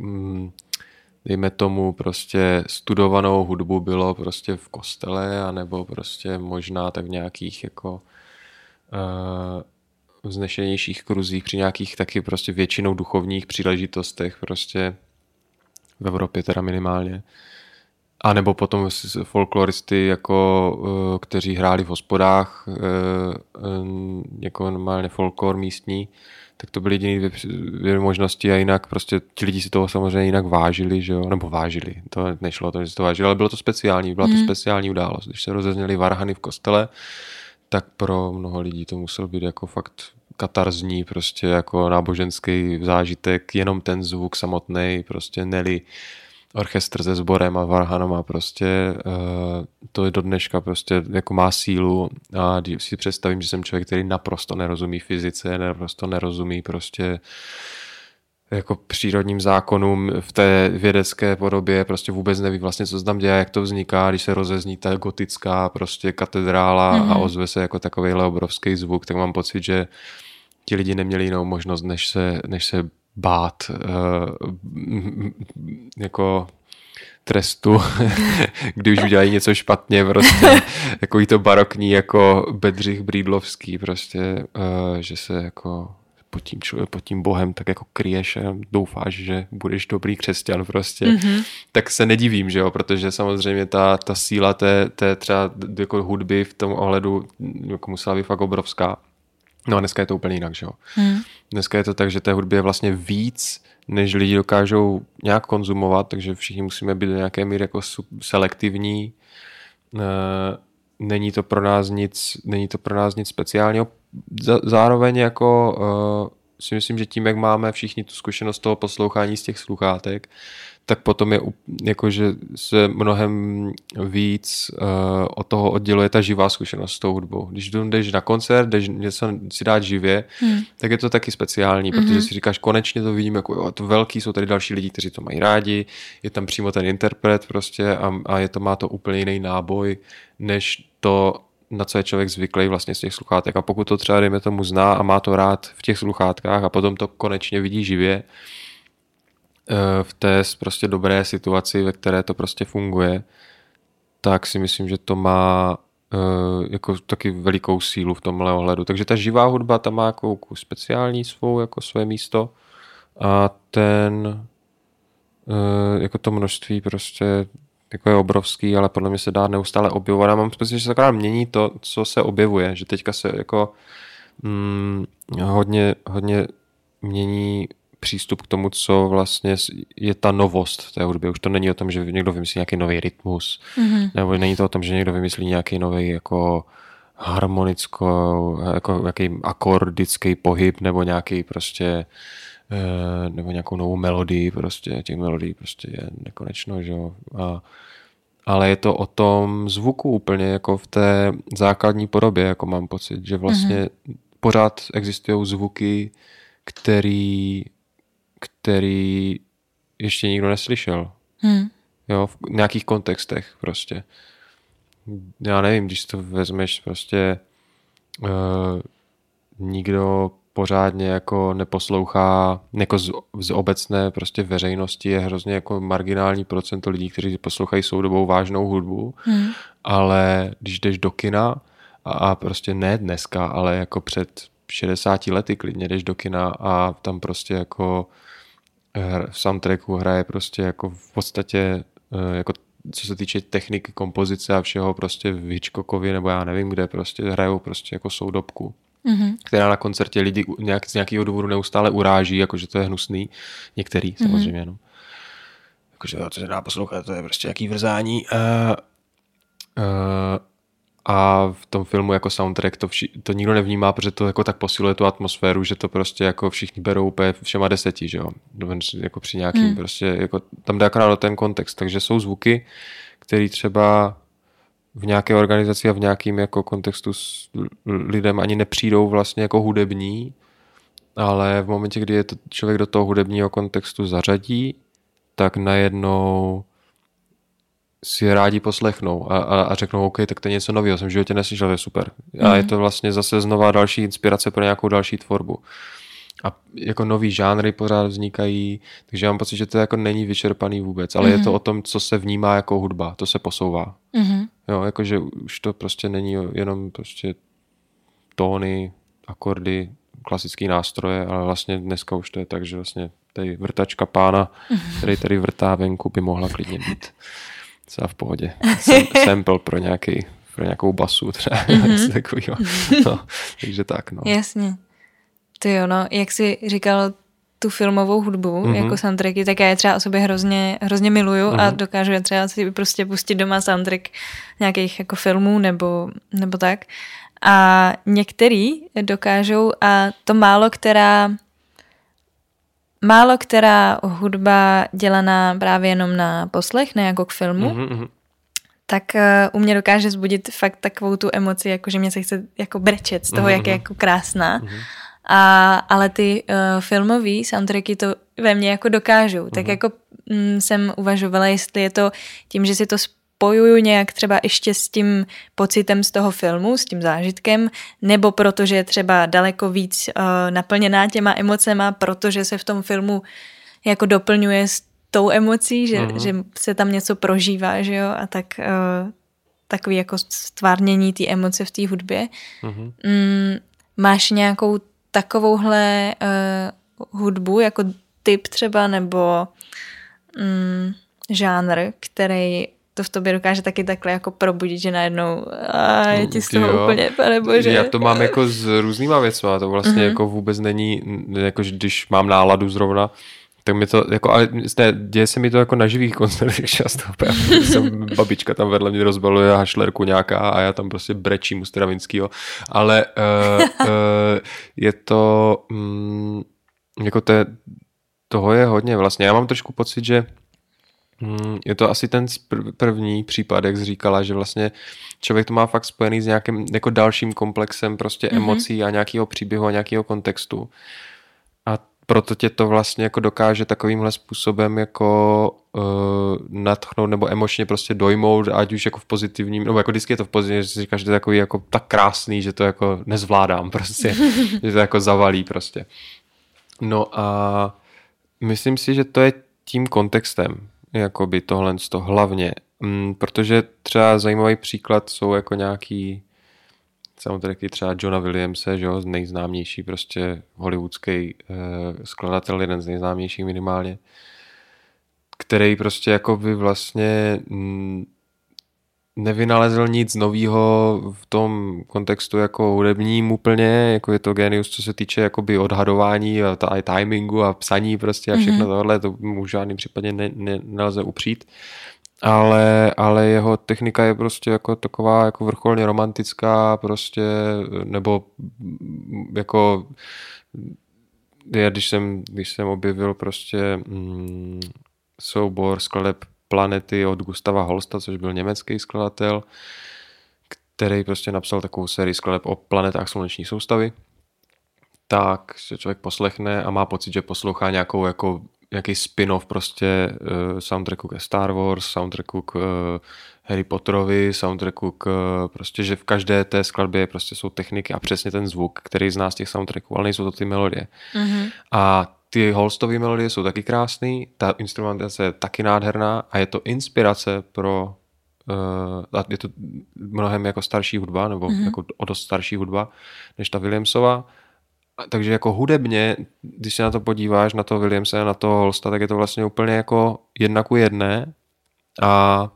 dejme tomu prostě studovanou hudbu bylo prostě v kostele, anebo prostě možná tak v nějakých jako uh, vznešenějších kruzích, při nějakých taky prostě většinou duchovních příležitostech prostě v Evropě teda minimálně. A nebo potom folkloristy, jako, kteří hráli v hospodách, jako normálně folklor místní, tak to byly jediné dvě, dvě možnosti a jinak prostě ti lidi si toho samozřejmě jinak vážili, že jo? Nebo vážili, to nešlo o to, že si to vážili, ale bylo to speciální, byla to mm. speciální událost. Když se rozezněly varhany v kostele, tak pro mnoho lidí to muselo být jako fakt katarzní, prostě jako náboženský zážitek, jenom ten zvuk samotný, prostě neli orchestr se sborem a varhanama, prostě uh, to je do dneška prostě jako má sílu a když si představím, že jsem člověk, který naprosto nerozumí fyzice, naprosto nerozumí prostě jako přírodním zákonům v té vědecké podobě, prostě vůbec neví vlastně, co se tam děje, jak to vzniká, když se rozezní ta gotická prostě katedrála mm-hmm. a ozve se jako takovejhle obrovský zvuk, tak mám pocit, že ti lidi neměli jinou možnost, než se, než se bát uh, jako trestu, když udělají něco špatně, prostě takový to barokní jako Bedřich Brýdlovský, prostě, uh, že se jako pod tím, člověk, pod tím bohem tak jako kryješ a doufáš, že budeš dobrý křesťan prostě, mm-hmm. tak se nedivím, že jo, protože samozřejmě ta, ta síla té, té třeba jako hudby v tom ohledu jako musela být fakt obrovská. No a dneska je to úplně jinak, že jo. Mm. Dneska je to tak, že té hudby je vlastně víc, než lidi dokážou nějak konzumovat, takže všichni musíme být do nějaké míry jako selektivní. Není to pro nás nic, není to pro nás nic speciálního. Zároveň jako uh, si myslím, že tím, jak máme všichni tu zkušenost toho poslouchání z těch sluchátek, tak potom je jako, že se mnohem víc uh, od toho odděluje ta živá zkušenost s tou hudbou. Když jdeš na koncert, jdeš něco si dát živě, hmm. tak je to taky speciální, mm-hmm. protože si říkáš, konečně to vidím, jako jo, to velký, jsou tady další lidi, kteří to mají rádi, je tam přímo ten interpret prostě a, a je to, má to úplně jiný náboj, než to, na co je člověk zvyklý vlastně z těch sluchátek. A pokud to třeba, dejme tomu, zná a má to rád v těch sluchátkách a potom to konečně vidí živě, v té prostě dobré situaci, ve které to prostě funguje, tak si myslím, že to má uh, jako taky velikou sílu v tomhle ohledu. Takže ta živá hudba tam má jako speciální svou, jako své místo a ten uh, jako to množství prostě jako je obrovský, ale podle mě se dá neustále objevovat. A mám pocit, že se takrát mění to, co se objevuje, že teďka se jako mm, hodně, hodně mění přístup k tomu, co vlastně je ta novost v té hudbě. Už to není o tom, že někdo vymyslí nějaký nový rytmus, mm-hmm. nebo není to o tom, že někdo vymyslí nějaký nový jako harmonicko, jako nějaký akordický pohyb, nebo nějaký prostě nebo nějakou novou melodii, prostě těch melodií prostě je nekonečno, že jo. A, ale je to o tom zvuku úplně jako v té základní podobě, jako mám pocit, že vlastně mm-hmm. pořád existují zvuky, který který ještě nikdo neslyšel. Hmm. Jo, v nějakých kontextech prostě. Já nevím, když to vezmeš prostě uh, nikdo pořádně jako neposlouchá jako z, z obecné prostě veřejnosti je hrozně jako marginální procento lidí, kteří poslouchají soudobou vážnou hudbu, hmm. ale když jdeš do kina a, a prostě ne dneska, ale jako před šedesáti lety klidně jdeš do kina a tam prostě jako v soundtracku hraje prostě jako v podstatě jako co se týče techniky, kompozice a všeho prostě v Hitchcockovi nebo já nevím kde prostě hrajou prostě jako soudobku, mm-hmm. která na koncertě lidi nějak, z nějakého důvodu neustále uráží, jakože to je hnusný. Některý mm-hmm. samozřejmě jenom. Jakože to se dá poslouchat, to je prostě jaký vrzání. Uh, uh, A v tom filmu jako soundtrack to, vši- to nikdo nevnímá, protože to jako tak posiluje tu atmosféru, že to prostě jako všichni berou úplně všema deseti, že jo. Jako při nějakým hmm. prostě, jako tam jde akorát o ten kontext. Takže jsou zvuky, které třeba v nějaké organizaci a v nějakým jako kontextu s lidem ani nepřijdou vlastně jako hudební, ale v momentě, kdy je to člověk do toho hudebního kontextu zařadí, tak najednou si je rádi poslechnou a, a, a řeknou, OK, tak to je něco nového, jsem v životě neslyšel, je super. Mm. A je to vlastně zase znova další inspirace pro nějakou další tvorbu. A jako nový žánry pořád vznikají, takže mám pocit, že to jako není vyčerpaný vůbec, ale mm. je to o tom, co se vnímá jako hudba, to se posouvá. Mm. Jo, jakože už to prostě není jenom prostě tóny, akordy, klasický nástroje, ale vlastně dneska už to je tak, že vlastně tady vrtačka pána, mm. který tady vrtá venku, by mohla klidně být třeba v pohodě. Sam, sample pro, nějaký, pro nějakou basu třeba. Mm-hmm. Takovýho. No, takže tak. No. Jasně. To jo, no, jak jsi říkal tu filmovou hudbu, mm-hmm. jako soundtracky, tak já je třeba o sobě hrozně, hrozně miluju mm-hmm. a dokážu je třeba si prostě pustit doma soundtrack nějakých jako filmů nebo, nebo tak. A některý dokážou a to málo která málo která hudba dělaná právě jenom na poslech, ne jako k filmu, mm-hmm. tak uh, u mě dokáže vzbudit fakt takovou tu emoci, jako že mě se chce jako brečet z toho, mm-hmm. jak je jako krásná. Mm-hmm. A, ale ty uh, filmový soundtracky to ve mně jako dokážou. Mm-hmm. Tak jako mm, jsem uvažovala, jestli je to tím, že si to spojuju nějak třeba ještě s tím pocitem z toho filmu, s tím zážitkem, nebo protože je třeba daleko víc uh, naplněná těma emocema, protože se v tom filmu jako doplňuje s tou emocí, že, uh-huh. že se tam něco prožívá, že jo, a tak uh, takový jako stvárnění té emoce v té hudbě. Uh-huh. Mm, máš nějakou takovouhle uh, hudbu, jako typ třeba, nebo mm, žánr, který to v tobě dokáže taky takhle jako probudit, že najednou a je ti z toho jo. úplně, panebože. Já to mám jako s různýma věcma, to vlastně uh-huh. jako vůbec není, jako když mám náladu zrovna, tak mi to, jako, ale ne, děje se mi to jako na živých koncertech často. Jsem, babička tam vedle mě rozbaluje hašlerku nějaká a já tam prostě brečím u Stravinskýho, ale uh, uh, je to um, jako te, toho je hodně vlastně. Já mám trošku pocit, že um, je to asi ten první případ, jak jsi říkala, že vlastně člověk to má fakt spojený s nějakým jako dalším komplexem prostě mm-hmm. emocí a nějakého příběhu a nějakého kontextu. A proto tě to vlastně jako dokáže takovýmhle způsobem jako uh, nadchnout nebo emočně prostě dojmout, ať už jako v pozitivním, nebo jako vždycky je to v pozitivním, že si říkáš, že to je takový jako tak krásný, že to jako nezvládám prostě, že to jako zavalí prostě. No a myslím si, že to je tím kontextem, jakoby tohle to hlavně, mm, protože třeba zajímavý příklad jsou jako nějaký soundtracky třeba Johna Williamse, že jo, nejznámější prostě hollywoodský eh, skladatel, jeden z nejznámějších minimálně, který prostě jako by vlastně mm, nevynalezl nic novýho v tom kontextu jako hudebním úplně, jako je to genius, co se týče jakoby odhadování a, ta, a timingu a psaní prostě a všechno mm-hmm. tohle, to mu v žádným případě ne, ne, nelze upřít. Ale, ale jeho technika je prostě jako taková jako vrcholně romantická prostě, nebo jako já když jsem, když jsem objevil prostě mm, soubor skladeb Planety od Gustava Holsta, což byl německý skladatel, který prostě napsal takovou sérii skladeb o planetách sluneční soustavy, tak se člověk poslechne a má pocit, že poslouchá nějakou jako nějaký spin-off prostě uh, soundtracku ke Star Wars, soundtracku k uh, Harry Potterovi, soundtracku k uh, prostě, že v každé té skladbě prostě jsou techniky a přesně ten zvuk, který zná z těch soundtracků, ale nejsou to ty melodie. Mm-hmm. A ty Holstovy melodie jsou taky krásný, ta instrumentace je taky nádherná a je to inspirace pro uh, je to mnohem jako starší hudba, nebo mm-hmm. jako o dost starší hudba, než ta Williamsova. Takže jako hudebně, když se na to podíváš, na to Williamse, na to Holsta, tak je to vlastně úplně jako jedna ku jedné a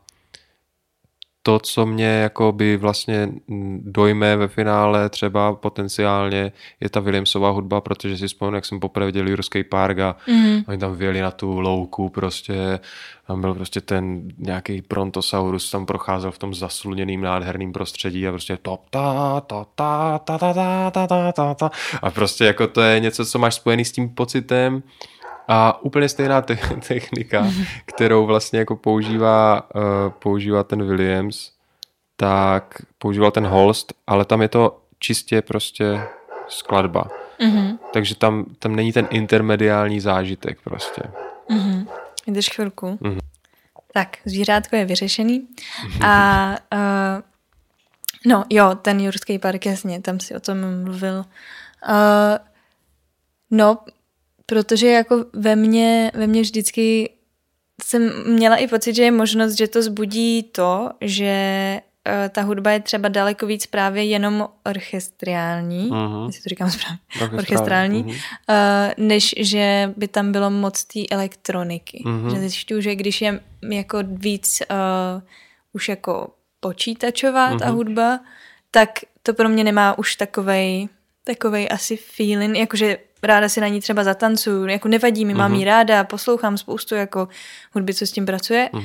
to, co mě jako by vlastně dojme ve finále třeba potenciálně, je ta Williamsova hudba, protože si vzpomínám, jak jsem poprvé viděl Jurský park a mm. oni tam vyjeli na tu louku prostě, tam byl prostě ten nějaký Brontosaurus, tam procházel v tom zasluněným nádherným prostředí a prostě top ta ta ta ta ta ta ta ta ta a prostě jako to je něco, co máš spojený s tím pocitem. A úplně stejná te- technika, kterou vlastně jako používá, uh, používá ten Williams, tak používal ten Holst, ale tam je to čistě prostě skladba. Mm-hmm. Takže tam, tam není ten intermediální zážitek prostě. Mm-hmm. Jdeš chvilku. Mm-hmm. Tak, zvířátko je vyřešený. A uh, no jo, ten Jurský park, jasně, tam si o tom mluvil. Uh, no, protože jako ve mně, ve mně vždycky jsem měla i pocit, že je možnost, že to zbudí to, že uh, ta hudba je třeba daleko víc právě jenom orchestriální, uh-huh. jestli to říkám správně, orchestrální, uh-huh. uh, než že by tam bylo moc té elektroniky. Uh-huh. Že zjišťuju, že když je jako víc uh, už jako počítačová uh-huh. ta hudba, tak to pro mě nemá už takovej, takovej asi feeling, jakože ráda si na ní třeba zatancuju, jako nevadí mi, mám jí ráda, poslouchám spoustu jako hudby, co s tím pracuje, uh-huh.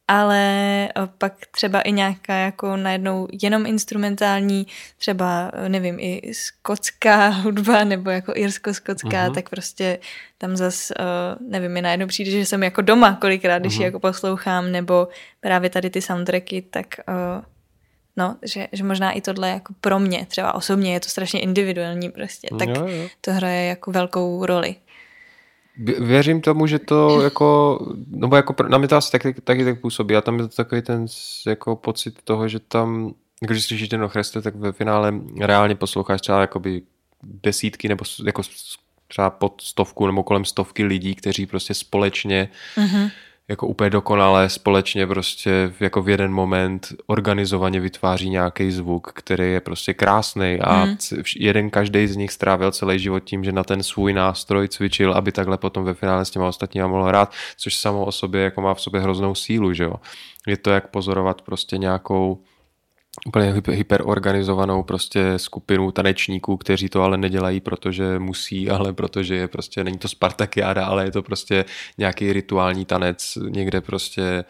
ale pak třeba i nějaká jako najednou jenom instrumentální, třeba nevím, i skotská hudba nebo jako irsko-skotská, mm-hmm. tak prostě tam zas, nevím, mi najednou přijde, že jsem jako doma kolikrát, když mm-hmm. ji jako poslouchám, nebo právě tady ty soundtracky, tak no, že, že možná i tohle jako pro mě, třeba osobně je to strašně individuální prostě, tak jo, jo. to hraje jako velkou roli. Věřím tomu, že to jako, nebo jako na mě to asi taky, taky tak působí a tam je to takový ten jako pocit toho, že tam, když slyšíš ten orchestr, tak ve finále reálně posloucháš třeba jakoby desítky nebo jako třeba pod stovku nebo kolem stovky lidí, kteří prostě společně mm-hmm. jako úplně dokonale společně prostě jako v jeden moment organizovaně vytváří nějaký zvuk, který je prostě krásný a mm. jeden každý z nich strávil celý život tím, že na ten svůj nástroj cvičil, aby takhle potom ve finále s těma ostatníma mohl hrát, což samo o sobě jako má v sobě hroznou sílu, že jo. Je to jak pozorovat prostě nějakou úplně hyperorganizovanou prostě skupinu tanečníků, kteří to ale nedělají, protože musí, ale protože je prostě, není to Spartakiáda, ale je to prostě nějaký rituální tanec někde prostě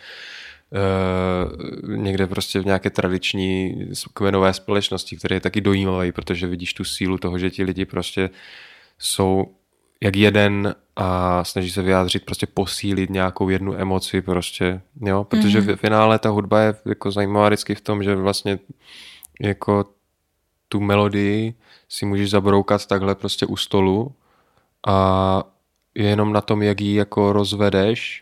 uh, někde prostě v nějaké tradiční kmenové společnosti, které je taky dojímavé, protože vidíš tu sílu toho, že ti lidi prostě jsou jak jeden a snaží se vyjádřit, prostě posílit nějakou jednu emoci prostě, jo, protože mm-hmm. v finále ta hudba je jako zajímavá vždycky v tom, že vlastně jako tu melodii si můžeš zabroukat takhle prostě u stolu a je jenom na tom, jak ji jako rozvedeš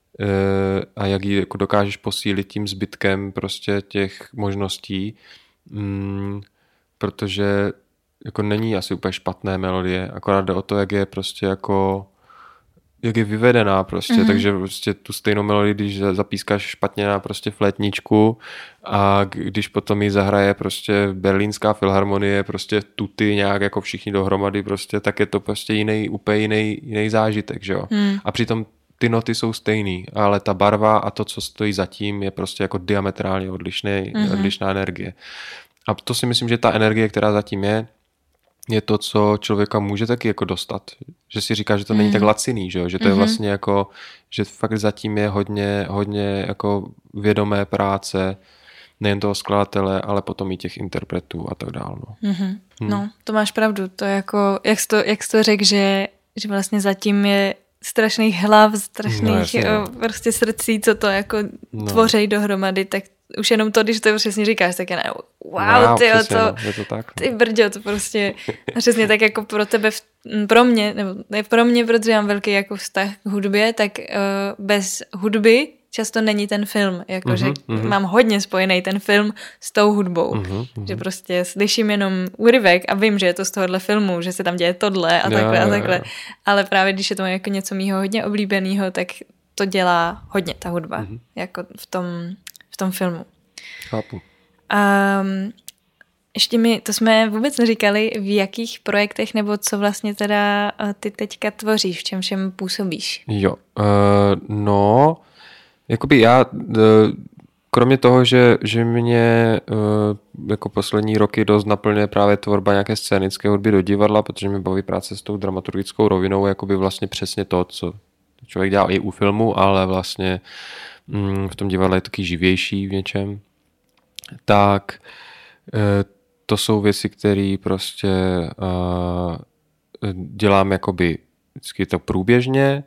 a jak ji jako dokážeš posílit tím zbytkem prostě těch možností, mm, protože jako není asi úplně špatné melodie, akorát jde o to, jak je prostě jako jak je vyvedená prostě, mm-hmm. takže prostě tu stejnou melodii, když zapískáš špatně na prostě flétničku a když potom ji zahraje prostě berlínská filharmonie, prostě tuty nějak jako všichni dohromady prostě, tak je to prostě jiný, úplně jiný, jiný zážitek, že jo. Mm. A přitom ty noty jsou stejný, ale ta barva a to, co stojí zatím, je prostě jako diametrálně odlišný, mm-hmm. odlišná energie. A to si myslím, že ta energie, která zatím je, je to, co člověka může taky jako dostat. Že si říká, že to mm. není tak laciný, že, jo? Že to mm-hmm. je vlastně jako, že fakt zatím je hodně, hodně jako vědomé práce, nejen toho skladatele, ale potom i těch interpretů a tak dále. No. Mm-hmm. Hmm. No, to máš pravdu. To je jako, jak jsi to, jak jsi to řekl, že, že vlastně zatím je strašných hlav, strašných no, prostě srdcí, co to jako no. tvoří dohromady, tak už jenom to, když to přesně říkáš, tak je ne, wow, no, tyjo, přesně, to, no, je to tak, no. ty brďo, to prostě přesně tak jako pro tebe, pro mě, nebo ne pro mě, protože mám velký jako vztah k hudbě, tak uh, bez hudby často není ten film, jakože mm-hmm, mm-hmm. mám hodně spojený ten film s tou hudbou, mm-hmm, že prostě slyším jenom úryvek a vím, že je to z tohohle filmu, že se tam děje tohle a takhle ja, a takhle, ja, ja. Ale právě když je to jako něco mýho hodně oblíbeného, tak to dělá hodně ta hudba, mm-hmm. jako v tom, v tom filmu. Chápu. Um, ještě mi, to jsme vůbec neříkali, v jakých projektech nebo co vlastně teda ty teďka tvoříš, v čem všem působíš? Jo, uh, no... Jakoby já, kromě toho, že, že mě jako poslední roky dost naplňuje právě tvorba nějaké scénické hudby do divadla, protože mi baví práce s tou dramaturgickou rovinou, jakoby vlastně přesně to, co člověk dělá i u filmu, ale vlastně v tom divadle je taky živější v něčem. Tak to jsou věci, které prostě dělám jakoby vždycky to průběžně.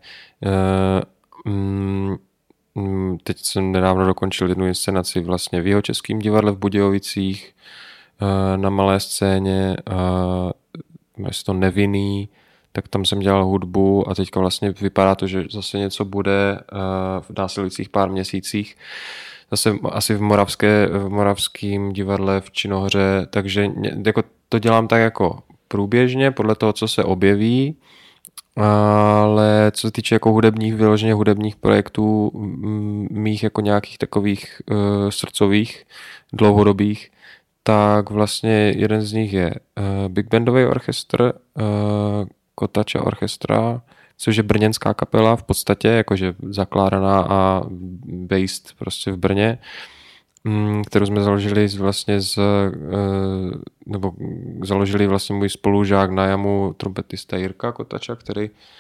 Teď jsem nedávno dokončil jednu inscenaci vlastně v Jihočeském divadle v Budějovicích na malé scéně, jmenuje se to Nevinný, tak tam jsem dělal hudbu a teďka vlastně vypadá to, že zase něco bude v následujících pár měsících. Zase asi v, moravské, v Moravském divadle v Činohře, takže jako to dělám tak jako průběžně podle toho, co se objeví. Ale co se týče jako hudebních, vyloženě hudebních projektů, mých jako nějakých takových uh, srdcových, dlouhodobých, tak vlastně jeden z nich je uh, Big Bandový orchestr, uh, Kotača orchestra, což je brněnská kapela v podstatě, jakože zakládaná a based prostě v Brně, kterou jsme založili vlastně z, nebo založili vlastně můj spolužák na jamu trompetista Jirka Kotača, který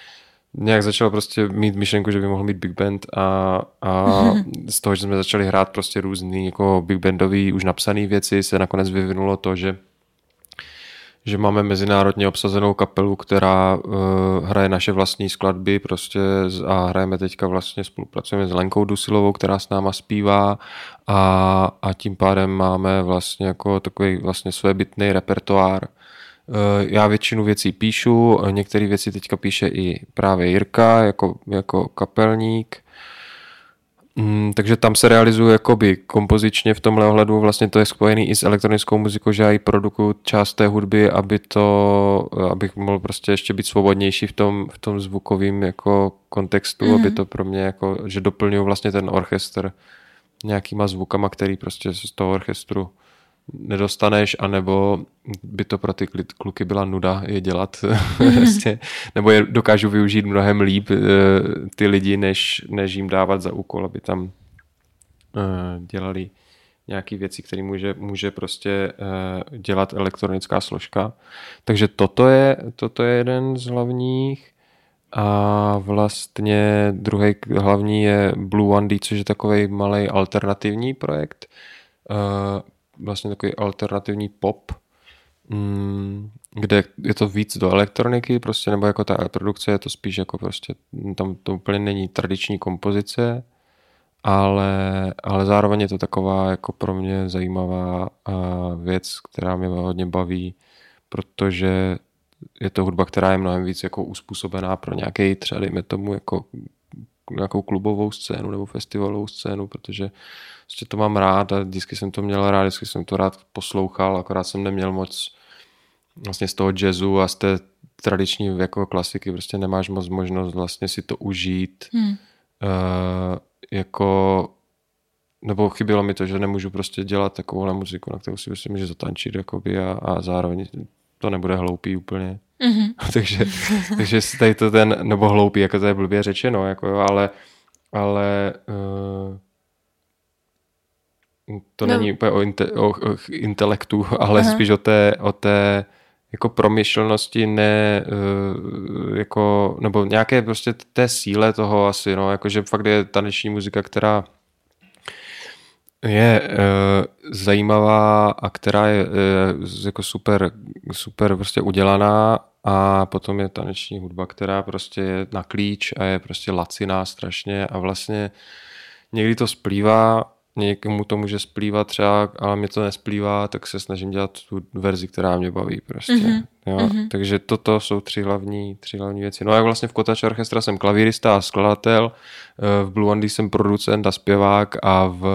nějak začal prostě mít myšlenku, že by mohl mít big band a, a z toho, že jsme začali hrát prostě různý jako big bandový už napsaný věci, se nakonec vyvinulo to, že že máme mezinárodně obsazenou kapelu, která uh, hraje naše vlastní skladby prostě a hrajeme teďka vlastně, spolupracujeme s Lenkou Dusilovou, která s náma zpívá a, a tím pádem máme vlastně jako takový vlastně svébytný repertoár. Uh, já většinu věcí píšu, některé věci teďka píše i právě Jirka jako, jako kapelník. Mm, takže tam se realizuje jakoby kompozičně v tomhle ohledu, vlastně to je spojený i s elektronickou muzikou, že já i produkuju část té hudby, aby to, abych mohl prostě ještě být svobodnější v tom, v tom zvukovém jako kontextu, mm. aby to pro mě jako, že doplňuji vlastně ten orchestr nějakýma zvukama, který prostě z toho orchestru nedostaneš, anebo by to pro ty kluky byla nuda je dělat. Vlastně, nebo je dokážu využít mnohem líp ty lidi, než, než jim dávat za úkol, aby tam dělali nějaké věci, které může, může prostě dělat elektronická složka. Takže toto je, toto je jeden z hlavních. A vlastně druhý hlavní je Blue one D, což je takovej malej alternativní projekt, vlastně takový alternativní pop, kde je to víc do elektroniky, prostě, nebo jako ta produkce je to spíš jako prostě, tam to úplně není tradiční kompozice, ale, ale zároveň je to taková jako pro mě zajímavá věc, která mě hodně baví, protože je to hudba, která je mnohem víc jako uspůsobená pro nějaký třeba dejme tomu jako nějakou klubovou scénu nebo festivalovou scénu, protože prostě to mám rád a vždycky jsem to měl rád, vždycky jsem to rád poslouchal, akorát jsem neměl moc vlastně z toho jazzu a z té tradiční jako klasiky, prostě nemáš moc možnost vlastně si to užít. Hmm. Uh, jako nebo chybělo mi to, že nemůžu prostě dělat takovouhle muziku, na kterou si prostě můžu zatančit jakoby a, a zároveň to nebude hloupý úplně. Mm-hmm. takže, takže tady to ten, nebo hloupý, jako to je blbě řečeno, jako jo, ale, ale uh, to no. není úplně o, inte, o, o intelektu, ale Aha. spíš o té, o té jako promyšlenosti, ne, uh, jako, nebo nějaké prostě té síle toho asi, no, jakože fakt je taneční muzika, která je uh, zajímavá a která je uh, jako super, super prostě udělaná a potom je taneční hudba, která prostě je na klíč a je prostě laciná strašně a vlastně někdy to splývá, někomu to může splývat třeba, ale mě to nesplývá, tak se snažím dělat tu verzi, která mě baví prostě. Mm-hmm. Jo? Mm-hmm. Takže toto jsou tři hlavní, tři hlavní věci. No a vlastně v Kotač orchestra jsem klavírista a skladatel, v Blue one D jsem producent a zpěvák a v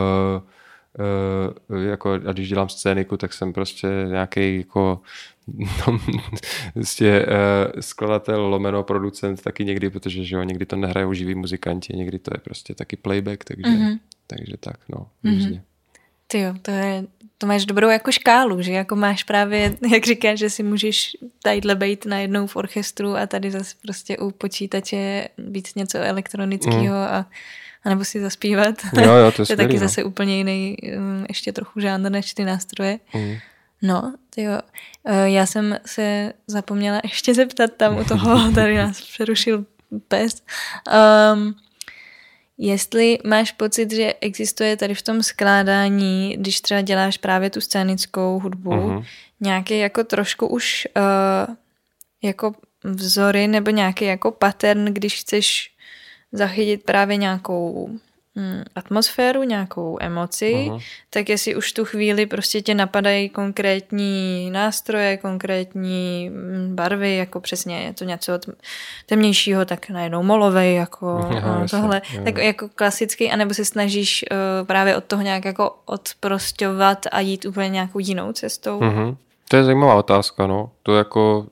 Uh, jako, a když dělám scéniku, tak jsem prostě nějaký jako no, prostě, uh, skladatel, lomeno, producent taky někdy, protože že jo, někdy to nehrajou živí muzikanti, někdy to je prostě taky playback, takže, mm-hmm. takže tak, no, různě. Mm-hmm. Ty jo, to je, to máš dobrou jako škálu, že jako máš právě, jak říkáš, že si můžeš tadyhle být najednou v orchestru a tady zase prostě u počítače být něco elektronického mm. a a nebo si zaspívat. Jo, jo, to je, to je taky no. zase úplně jiný, ještě trochu žánr než ty nástroje. Mm. No, tyjo. Já jsem se zapomněla ještě zeptat tam u toho, tady nás přerušil pes. Um, jestli máš pocit, že existuje tady v tom skládání, když třeba děláš právě tu scénickou hudbu, mm-hmm. nějaký jako trošku už uh, jako vzory nebo nějaký jako pattern, když chceš zachytit právě nějakou hm, atmosféru, nějakou emoci, uh-huh. tak jestli už tu chvíli prostě tě napadají konkrétní nástroje, konkrétní hm, barvy, jako přesně je to něco temnějšího, tak najednou molovej, jako Aha, no, tohle, jasný, tak jako klasický, anebo se snažíš uh, právě od toho nějak jako odprosťovat a jít úplně nějakou jinou cestou? Uh-huh. To je zajímavá otázka, no. To jako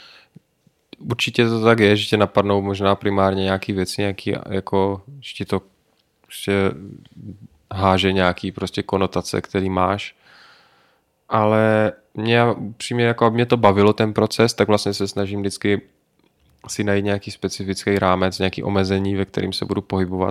určitě to tak je, že tě napadnou možná primárně nějaký věci, nějaký jako, že ti to prostě háže nějaký prostě konotace, který máš. Ale mě přímě jako aby mě to bavilo ten proces, tak vlastně se snažím vždycky si najít nějaký specifický rámec, nějaký omezení, ve kterým se budu pohybovat.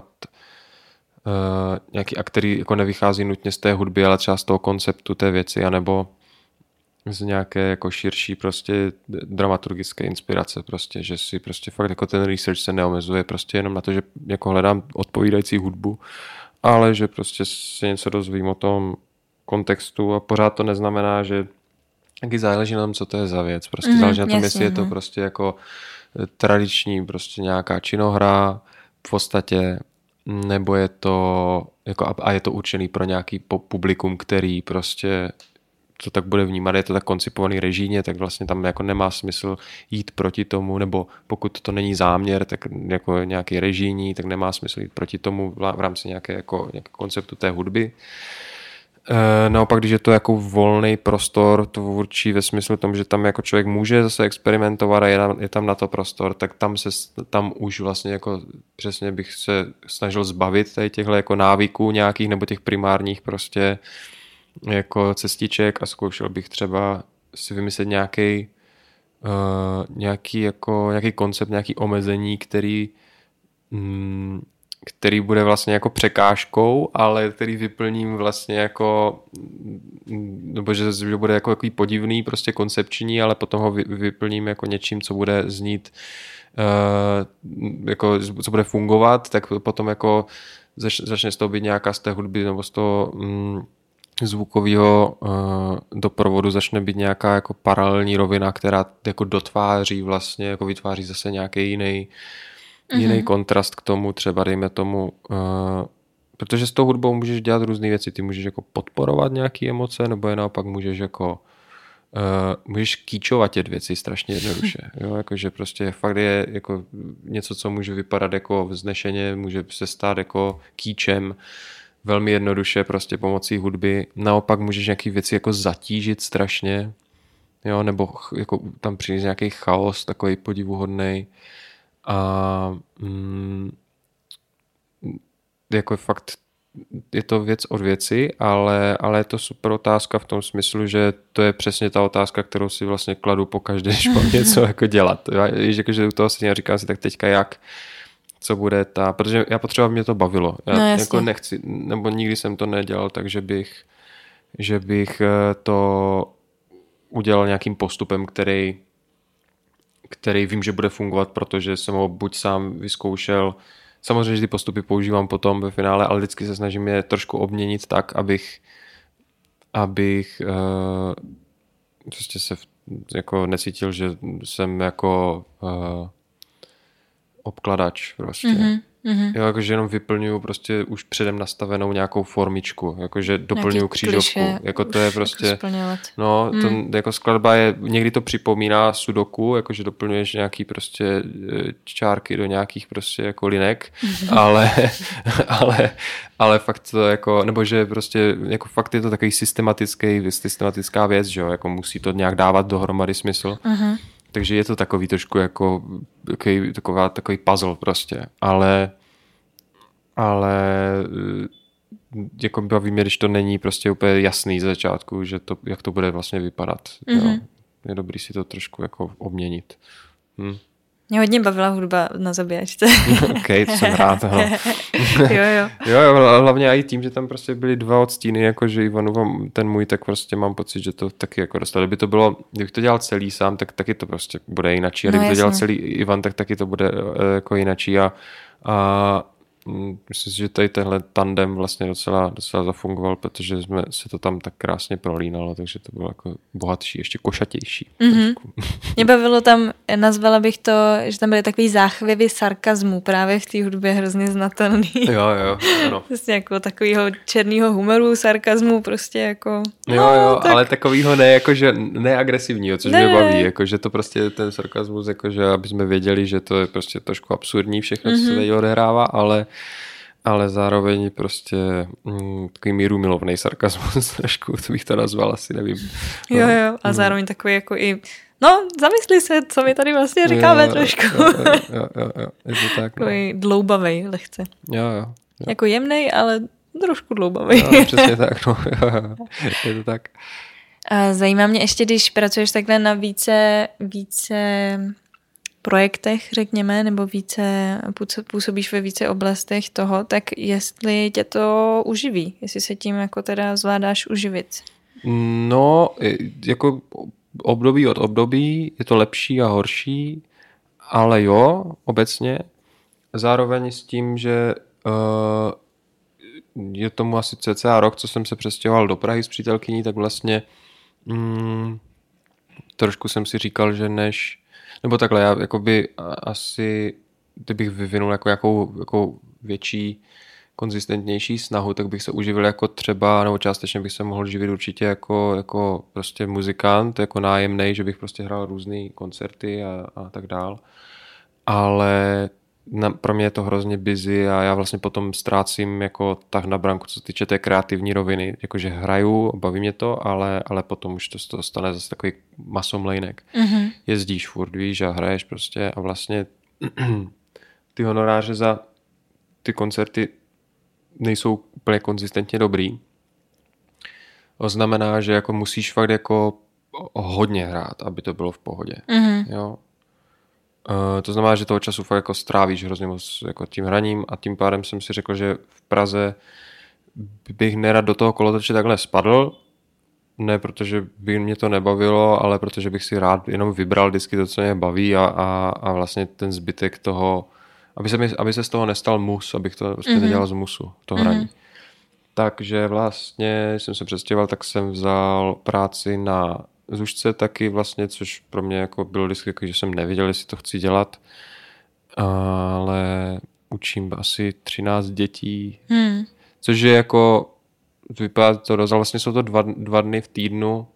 Uh, nějaký a který jako nevychází nutně z té hudby, ale třeba z toho konceptu té věci, anebo z nějaké jako širší prostě dramaturgické inspirace prostě, že si prostě fakt jako ten research se neomezuje prostě jenom na to, že jako hledám odpovídající hudbu, ale že prostě se něco dozvím o tom kontextu a pořád to neznamená, že taky záleží na tom, co to je za věc. Prostě mm, záleží na tom, jasně, jestli je to prostě jako tradiční prostě nějaká činohra v podstatě, nebo je to jako a je to určený pro nějaký publikum, který prostě to tak bude vnímat, je to tak koncipovaný režijně, tak vlastně tam jako nemá smysl jít proti tomu, nebo pokud to není záměr, tak jako nějaký režijní, tak nemá smysl jít proti tomu v rámci nějaké jako, nějaké konceptu té hudby. E, naopak, když je to jako volný prostor, to určí ve smyslu tom, že tam jako člověk může zase experimentovat a je tam, je tam na to prostor, tak tam se tam už vlastně jako přesně bych se snažil zbavit tady těchto jako návyků nějakých nebo těch primárních prostě jako cestiček a zkoušel bych třeba si vymyslet nějaký uh, nějaký jako nějaký koncept, nějaký omezení, který mm, který bude vlastně jako překážkou, ale který vyplním vlastně jako nebo že, že bude jako takový podivný, prostě koncepční, ale potom ho vy, vyplním jako něčím, co bude znít uh, jako, co bude fungovat, tak potom jako zač, začne z toho být nějaká z té hudby nebo z toho mm, zvukového uh, doprovodu začne být nějaká jako paralelní rovina, která jako dotváří vlastně, jako vytváří zase nějaký jiný mm-hmm. jiný kontrast k tomu, třeba dejme tomu, uh, protože s tou hudbou můžeš dělat různé věci, ty můžeš jako podporovat nějaké emoce, nebo je naopak můžeš jako uh, můžeš kýčovat těch věci strašně jednoduše, jo, jakože prostě fakt je jako něco, co může vypadat jako vznešeně, může se stát jako kýčem, velmi jednoduše prostě pomocí hudby. Naopak můžeš nějaký věci jako zatížit strašně, jo, nebo jako tam přijde nějaký chaos, takový podivuhodnej. A mm, jako fakt je to věc od věci, ale, ale je to super otázka v tom smyslu, že to je přesně ta otázka, kterou si vlastně kladu pokaždé, když mám něco jako dělat. Víš, jakože u toho si říkám si tak teďka jak, co bude ta, protože já potřeba, aby mě to bavilo. Já no, jako nechci, nebo nikdy jsem to nedělal, takže bych, že bych to udělal nějakým postupem, který, který vím, že bude fungovat, protože jsem ho buď sám vyzkoušel, samozřejmě, že ty postupy používám potom ve finále, ale vždycky se snažím je trošku obměnit tak, abych abych uh, prostě se jako necítil, že jsem jako uh, obkladač prostě. Mm-hmm, mm-hmm. Jo, jakože jenom vyplňuju prostě už předem nastavenou nějakou formičku, jakože doplňuju křížovku. Jako to je prostě, jako no, to mm. jako skladba je, někdy to připomíná sudoku, jakože doplňuješ nějaký prostě čárky do nějakých prostě jako linek, mm-hmm. ale, ale, ale fakt to jako, nebo že prostě jako fakt je to takový systematický, systematická věc, že jo, jako musí to nějak dávat dohromady smysl. Mm-hmm. Takže je to takový trošku jako takový, taková, takový puzzle prostě, ale ale jako baví mě, když to není prostě úplně jasný z začátku, že to, jak to bude vlastně vypadat. Mm-hmm. Jo. Je dobrý si to trošku jako obměnit. Hm. Mě hodně bavila hudba na zabíjačce. OK, to jsem rád. No. jo, jo. jo, jo, hlavně i tím, že tam prostě byly dva odstíny, jakože Ivanův ten můj, tak prostě mám pocit, že to taky jako dostal. Kdyby to bylo, kdybych to dělal celý sám, tak taky to prostě bude jinačí. A kdyby no, to dělal celý Ivan, tak taky to bude jako jinačí. A, a myslím si, že tady tenhle tandem vlastně docela, docela zafungoval, protože jsme se to tam tak krásně prolínalo, takže to bylo jako bohatší, ještě košatější. Mm-hmm. Mě bavilo tam, nazvala bych to, že tam byly takový záchvěvy sarkazmu právě v té hudbě hrozně znatelný. Jo, jo, ano. Prostě jako takovýho černýho humoru, sarkazmu, prostě jako... No, jo, jo, tak... ale takovýho ne, jakože neagresivního, což ne. mě baví, jakože to prostě ten sarkazmus, jakože aby jsme věděli, že to je prostě trošku absurdní všechno, mm-hmm. co se tady odehrává, ale ale zároveň prostě mm, takový míru milovnej sarkazmus trošku, to bych to nazval, asi nevím. No. Jo, jo, a zároveň takový jako i, no, zamysli se, co my tady vlastně říkáme jo, trošku. Jo, jo, jo, jo, je to tak. Takový no. dloubavej lehce. Jo, jo, jo. Jako jemnej, ale trošku dloubavej. Jo, přesně tak, no, jo, jo, je to tak. A zajímá mě ještě, když pracuješ takhle na více, více projektech, řekněme, nebo více působíš ve více oblastech toho, tak jestli tě to uživí, jestli se tím jako teda zvládáš uživit. No, jako období od období je to lepší a horší, ale jo, obecně. Zároveň s tím, že uh, je tomu asi cca rok, co jsem se přestěhoval do Prahy s přítelkyní, tak vlastně mm, trošku jsem si říkal, že než, nebo takhle, já jakoby asi, kdybych vyvinul jako jakou, jakou větší konzistentnější snahu, tak bych se uživil jako třeba, nebo částečně bych se mohl živit určitě jako, jako prostě muzikant, jako nájemnej, že bych prostě hrál různé koncerty a, a tak dál. Ale na, pro mě je to hrozně busy a já vlastně potom ztrácím jako tak na branku, co se týče té kreativní roviny. Jakože hraju, baví mě to, ale, ale potom už to, to stane zase takový masomlejnek. Mm-hmm. Jezdíš furt, víš, a hraješ prostě a vlastně ty honoráře za ty koncerty nejsou úplně konzistentně dobrý. To znamená, že jako musíš fakt jako hodně hrát, aby to bylo v pohodě. Mm-hmm. Jo? Uh, to znamená, že toho času fakt jako strávíš hrozně moc jako tím hraním a tím pádem jsem si řekl, že v Praze bych nerad do toho kolotoče takhle spadl, ne protože by mě to nebavilo, ale protože bych si rád jenom vybral vždycky to, co mě baví a, a, a vlastně ten zbytek toho, aby se, mi, aby se z toho nestal mus, abych to prostě mm-hmm. nedělal z musu, to hraní. Mm-hmm. Takže vlastně jsem se přestěhoval, tak jsem vzal práci na Zušce taky vlastně, což pro mě jako bylo vždycky, jako, že jsem nevěděl, jestli to chci dělat, ale učím asi třináct dětí, hmm. což je jako, vypadá to dost, ale vlastně jsou to dva, dva dny v týdnu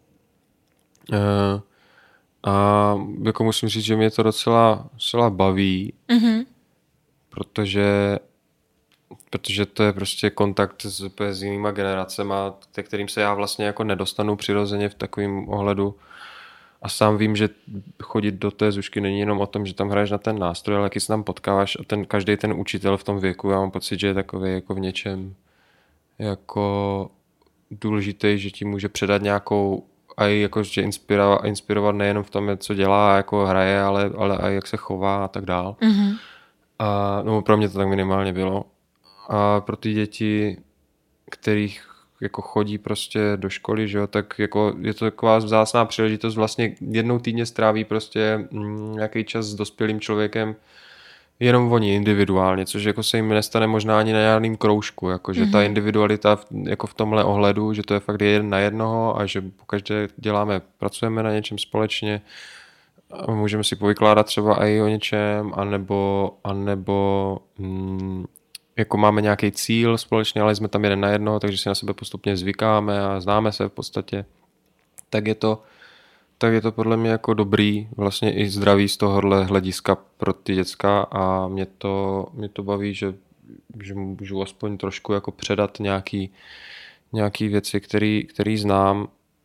a jako musím říct, že mě to docela, docela baví, mm-hmm. protože protože to je prostě kontakt s, s jinýma generacema, ke kterým se já vlastně jako nedostanu přirozeně v takovém ohledu. A sám vím, že chodit do té Zušky není jenom o tom, že tam hraješ na ten nástroj, ale když se tam potkáváš a ten, každý ten učitel v tom věku, já mám pocit, že je takový jako v něčem jako důležitý, že ti může předat nějakou a jako, že inspirovat, inspirovat nejenom v tom, co dělá, jako hraje, ale, ale i jak se chová a tak dál. Mm-hmm. A no, pro mě to tak minimálně bylo. A pro ty děti, kterých jako chodí prostě do školy, že jo, tak jako je to taková vzácná příležitost, vlastně jednou týdně stráví prostě nějaký čas s dospělým člověkem, jenom oni individuálně, což jako se jim nestane možná ani na žádným kroužku, jako, že mm-hmm. ta individualita jako v tomhle ohledu, že to je fakt jeden na jednoho a že pokaždé děláme, pracujeme na něčem společně a můžeme si povykládat třeba i o něčem, anebo, anebo mm, jako máme nějaký cíl společně, ale jsme tam jeden na jednoho, takže si na sebe postupně zvykáme a známe se v podstatě, tak je to, tak je to podle mě jako dobrý, vlastně i zdravý z tohohle hlediska pro ty děcka a mě to, mě to baví, že, že můžu aspoň trošku jako předat nějaký, nějaký věci, který, který znám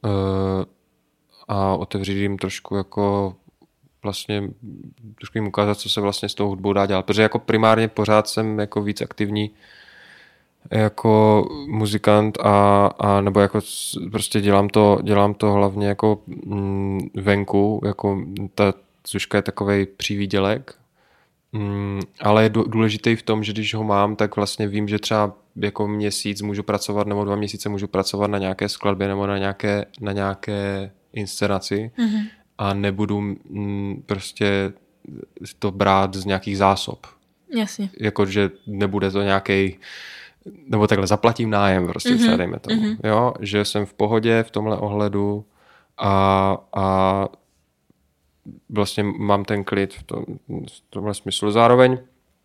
a otevřít jim trošku jako vlastně trošku jim ukázat, co se vlastně s tou hudbou dá dělat. Protože jako primárně pořád jsem jako víc aktivní jako muzikant a, a nebo jako prostě dělám to, dělám to hlavně jako mm, venku, jako ta Zuška je takovej přívídělek, mm, ale je důležitý v tom, že když ho mám, tak vlastně vím, že třeba jako měsíc můžu pracovat nebo dva měsíce můžu pracovat na nějaké skladbě nebo na nějaké, na nějaké inscenaci. Mm-hmm. A nebudu mm, prostě to brát z nějakých zásob. Jasně. Jako, že nebude to nějaký, nebo takhle zaplatím nájem prostě, mm-hmm. třeba dejme tomu. Mm-hmm. Jo, že jsem v pohodě v tomhle ohledu a, a vlastně mám ten klid v, tom, v tomhle smyslu. Zároveň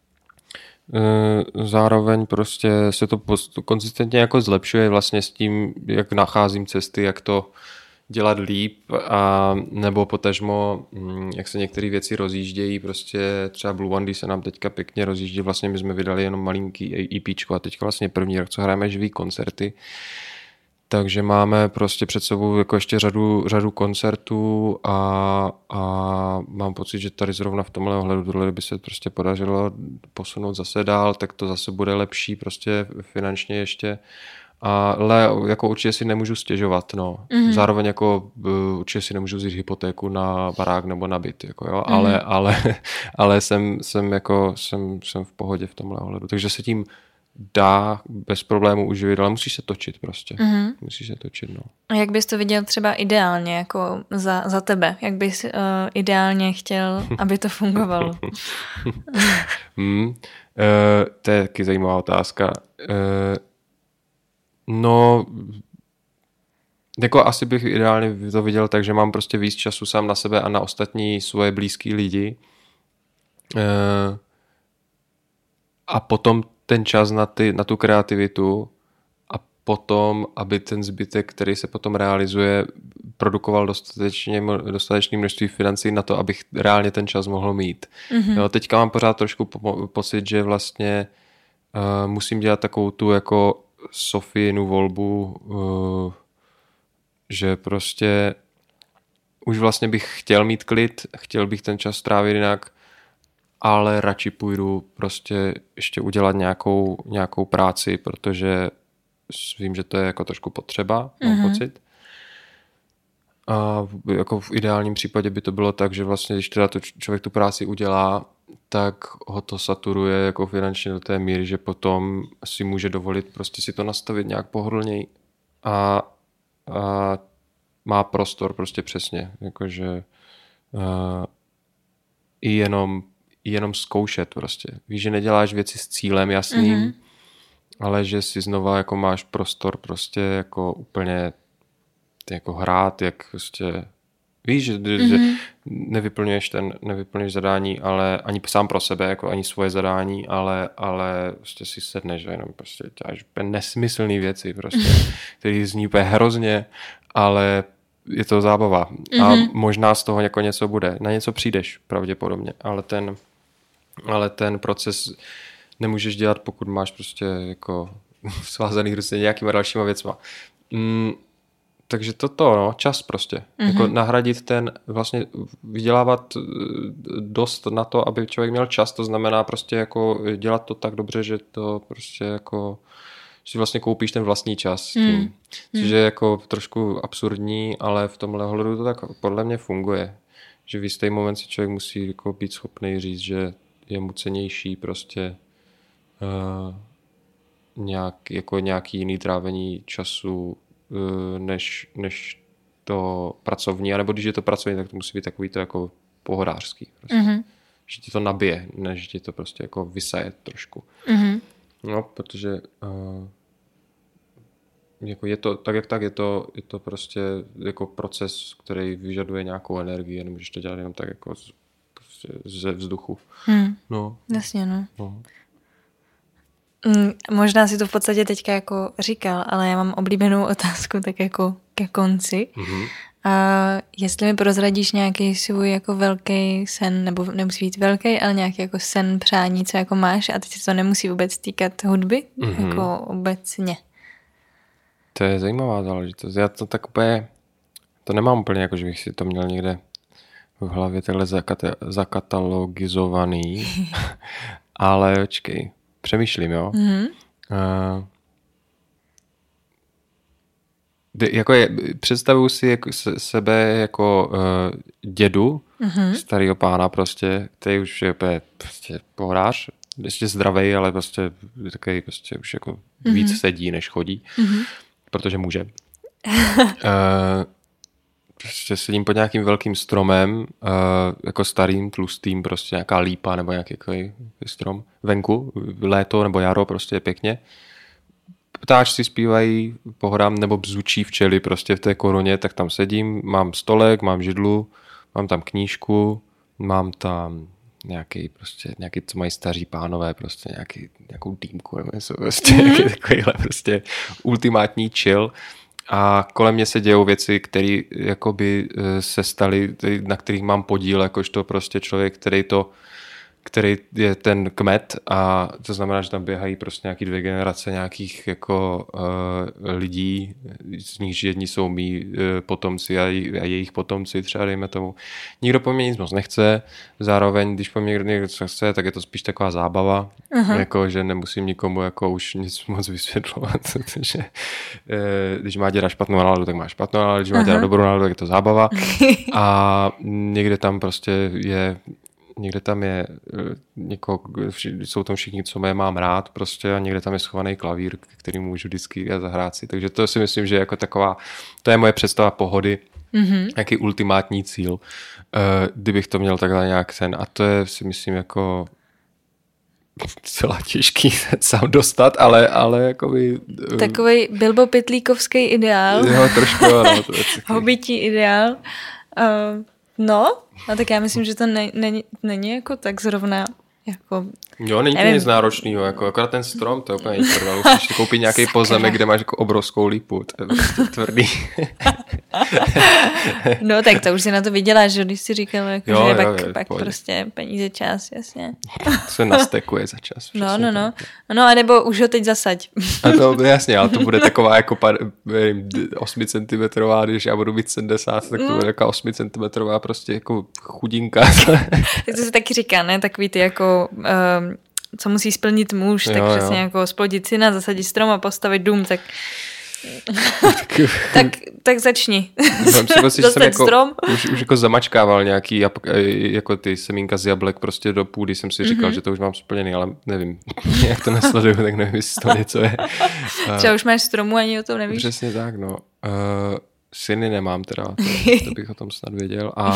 zároveň prostě se to post, konzistentně jako zlepšuje vlastně s tím, jak nacházím cesty, jak to dělat líp a nebo potažmo, jak se některé věci rozjíždějí, prostě třeba Blue One se nám teďka pěkně rozjíždí, vlastně my jsme vydali jenom malinký EPčko a teďka vlastně první rok, co hrajeme živý koncerty, takže máme prostě před sebou jako ještě řadu, řadu koncertů a, a mám pocit, že tady zrovna v tomhle ohledu, tohle by se prostě podařilo posunout zase dál, tak to zase bude lepší prostě finančně ještě. Ale jako určitě si nemůžu stěžovat, no. Mm-hmm. Zároveň jako určitě si nemůžu vzít hypotéku na barák nebo na byt, jako jo, mm-hmm. ale, ale, ale jsem, jsem jako jsem, jsem v pohodě v tomhle ohledu. Takže se tím dá bez problému uživit, ale musíš se točit prostě. Mm-hmm. Musíš se točit, no. A jak bys to viděl třeba ideálně, jako za, za tebe? Jak bys uh, ideálně chtěl, aby to fungovalo? hmm, uh, to je taky zajímavá otázka. Uh, no, jako asi bych ideálně to viděl tak, že mám prostě víc času sám na sebe a na ostatní svoje blízký lidi. Uh, a potom ten čas na, ty, na tu kreativitu a potom, aby ten zbytek, který se potom realizuje, produkoval dostatečně, dostatečné množství financí na to, abych reálně ten čas mohl mít. Mm-hmm. Jo, teďka mám pořád trošku po, pocit, že vlastně uh, musím dělat takovou tu jako Sofínu volbu, uh, že prostě už vlastně bych chtěl mít klid, chtěl bych ten čas strávit jinak, ale radši půjdu prostě ještě udělat nějakou, nějakou práci, protože vím, že to je jako trošku potřeba, mám mm-hmm. pocit. A jako v ideálním případě by to bylo tak, že vlastně, když teda to člověk tu práci udělá, tak ho to saturuje jako finančně do té míry, že potom si může dovolit prostě si to nastavit nějak pohodlněji a, a má prostor prostě přesně, jakože uh, i jenom jenom zkoušet prostě. Víš, že neděláš věci s cílem jasným, mm-hmm. ale že si znova jako máš prostor prostě jako úplně jako hrát, jak prostě víš, že, mm-hmm. že nevyplňuješ ten, nevyplňuješ zadání, ale ani sám pro sebe, jako ani svoje zadání, ale, ale prostě si sedneš a jenom prostě děláš nesmyslný věci prostě, který zní úplně hrozně, ale je to zábava. Mm-hmm. A možná z toho jako něco bude. Na něco přijdeš pravděpodobně, ale ten ale ten proces nemůžeš dělat, pokud máš prostě jako svázaný prostě nějakýma dalšíma věcma. Mm, takže toto, no, čas prostě. Mm-hmm. Jako nahradit ten, vlastně vydělávat dost na to, aby člověk měl čas, to znamená prostě jako dělat to tak dobře, že to prostě jako že vlastně koupíš ten vlastní čas s tím. Mm. Což je jako trošku absurdní, ale v tomhle ohledu to tak podle mě funguje. Že v jistý moment si člověk musí jako být schopný říct, že je mu cennější prostě uh, nějak, jako nějaký jiný trávení času uh, než, než to pracovní, anebo když je to pracovní, tak to musí být takový to jako pohodářský. Prostě. Mm-hmm. Že ti to nabije, než ti to prostě jako vysaje trošku. Mm-hmm. No, protože uh, jako je to, tak jak tak je to, je to prostě jako proces, který vyžaduje nějakou energii, nemůžeš to dělat jenom tak jako z, prostě ze vzduchu. Hmm. No. Jasně, no. no. Mm, možná si to v podstatě teďka jako říkal, ale já mám oblíbenou otázku tak jako ke konci. Mm-hmm. A jestli mi prozradíš nějaký svůj jako velký sen, nebo nemusí být velký, ale nějaký jako sen, přání, co jako máš a teď se to nemusí vůbec týkat hudby, mm-hmm. jako obecně. To je zajímavá záležitost. Já to tak úplně, to nemám úplně jako, že bych si to měl někde v hlavě takhle zakata, zakatalogizovaný, ale počkej, přemýšlím, jo. Mm-hmm. Uh, Jako je, představuju si jako sebe jako uh, dědu, mm-hmm. starýho pána prostě, který už je prostě pohodář, ještě zdravej, ale prostě takový prostě už jako mm-hmm. víc sedí, než chodí, mm-hmm. protože může. uh, prostě sedím pod nějakým velkým stromem, uh, jako starým, tlustým, prostě nějaká lípa nebo nějaký strom venku, léto nebo jaro, prostě pěkně. Ptáčci zpívají, pohodám, nebo bzučí včely prostě v té koruně, tak tam sedím, mám stolek, mám židlu, mám tam knížku, mám tam nějaký prostě, nějaký, co mají staří pánové, prostě nějaký, nějakou dýmku, nebo něco prostě, mm-hmm. nějaký takovýhle prostě ultimátní chill. A kolem mě se dějou věci, které jakoby se staly, na kterých mám podíl, jakožto prostě člověk, který to který je ten kmet a to znamená, že tam běhají prostě nějaký dvě generace nějakých jako uh, lidí, z nich jedni jsou mý uh, potomci a, a jejich potomci třeba, dejme tomu. Nikdo po mně nic moc nechce, zároveň, když po mně někdo něco chce, tak je to spíš taková zábava, uh-huh. jako, že nemusím nikomu jako už nic moc vysvětlovat, protože uh, když má děda špatnou náladu, tak má špatnou náladu, když má děda uh-huh. dobrou náladu, tak je to zábava a někde tam prostě je někde tam je někoho, jsou tam všichni, co mě mám rád prostě a někde tam je schovaný klavír, který můžu vždycky zahrát si. Takže to si myslím, že jako taková, to je moje představa pohody, mm-hmm. jaký ultimátní cíl, kdybych to měl takhle nějak ten. A to je si myslím jako celá těžký sám dostat, ale, ale jakoby... Takovej bilbo-pytlíkovský ideál. Jo, trošku, no. Hobití ideál. Uh, no, a tak já myslím, že to ne, není, není jako tak zrovna jako... Jo, není to nic náročného, jako akorát ten strom, to je úplně nic prdel. Musíš koupit nějaký pozemek, kde máš jako obrovskou lípu, to je prostě tvrdý. No tak to už si na to vyděláš, že když jsi říkal, jako, jo, že jo, pak, je, pak prostě peníze čas, jasně. To se nastekuje za čas. No, no, no. No, a nebo už ho teď zasaď. A to jasně, ale to bude taková jako osmi centimetrová, když já budu mít sedmdesát, tak to bude taková osmi centimetrová prostě jako chudinka. Tak to se taky říká, ne? Takový ty jako... Um, co musí splnit muž, tak jo, přesně jo. Jako splodit syna, zasadit strom a postavit dům, tak tak, tak začni. Dostat jako, strom. Už, už jako zamačkával nějaký jako ty semínka z jablek prostě do půdy, jsem si říkal, mm-hmm. že to už mám splněný, ale nevím, jak to nasleduju, tak nevím, jestli to něco je. Třeba už máš stromu, ani o tom nevíš. Přesně tak, no. Uh, syny nemám teda, to, to bych o tom snad věděl, ale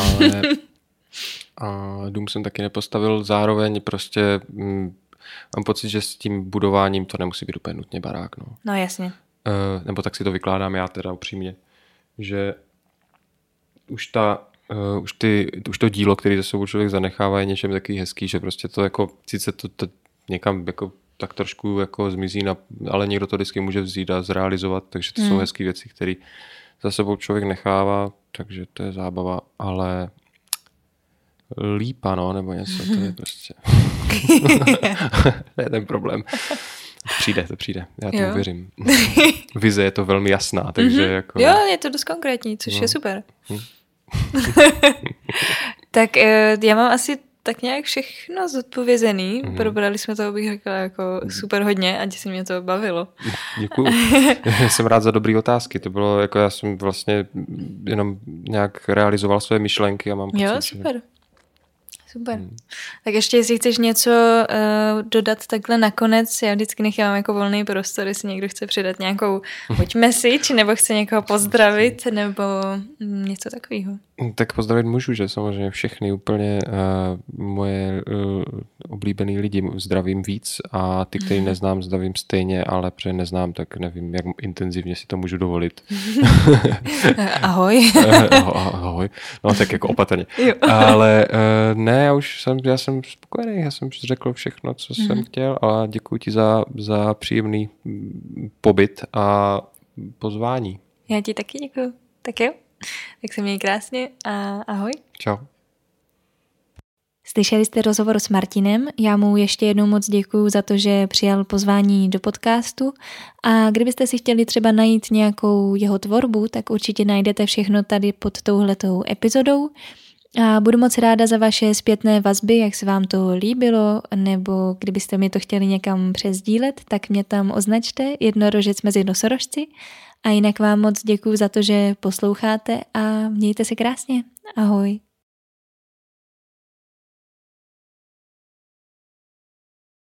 a dům jsem taky nepostavil, zároveň prostě mm, mám pocit, že s tím budováním to nemusí být úplně nutně barák. No, no jasně. Uh, nebo tak si to vykládám já teda upřímně, že už, ta, uh, už, ty, už to dílo, který za sebou člověk zanechává, je něčem takový hezký, že prostě to jako, sice to, to někam jako tak trošku jako zmizí, na, ale někdo to vždycky může vzít a zrealizovat, takže to hmm. jsou hezký věci, které za sebou člověk nechává, takže to je zábava, ale lípa, no, nebo něco, to je prostě to je ten problém. Přijde, to přijde, já tomu věřím. Vize je to velmi jasná, takže mm-hmm. jako... Jo, je to dost konkrétní, což no. je super. Hm. Tak já mám asi tak nějak všechno zodpovězený. Mm-hmm. Probrali jsme toho, bych řekla, jako super hodně a se mě to bavilo. Děkuju. Jsem rád za dobrý otázky. To bylo, jako já jsem vlastně jenom nějak realizoval své myšlenky a mám pocit, jo, super. Že... Super. Hmm. Tak ještě, jestli chceš něco uh, dodat takhle nakonec, já vždycky nechám jako volný prostor, jestli někdo chce přidat nějakou buď message, nebo chce někoho pozdravit, nebo něco takového. Tak pozdravit můžu, že samozřejmě všechny úplně uh, moje uh, oblíbený lidi zdravím víc a ty, který neznám, zdravím stejně, ale protože neznám, tak nevím, jak intenzivně si to můžu dovolit. Ahoj. Ahoj. No tak jako opatrně. Ale uh, ne, já už jsem, já jsem spokojený, já jsem řekl všechno, co mm-hmm. jsem chtěl a děkuji ti za, za příjemný pobyt a pozvání. Já ti taky děkuji. Tak jo. Tak se měj krásně a ahoj. Čau. Slyšeli jste rozhovor s Martinem, já mu ještě jednou moc děkuju za to, že přijal pozvání do podcastu a kdybyste si chtěli třeba najít nějakou jeho tvorbu, tak určitě najdete všechno tady pod touhletou epizodou a budu moc ráda za vaše zpětné vazby, jak se vám to líbilo, nebo kdybyste mi to chtěli někam přesdílet, tak mě tam označte jednorožec mezi nosorožci. A jinak vám moc děkuju za to, že posloucháte a mějte se krásně. Ahoj.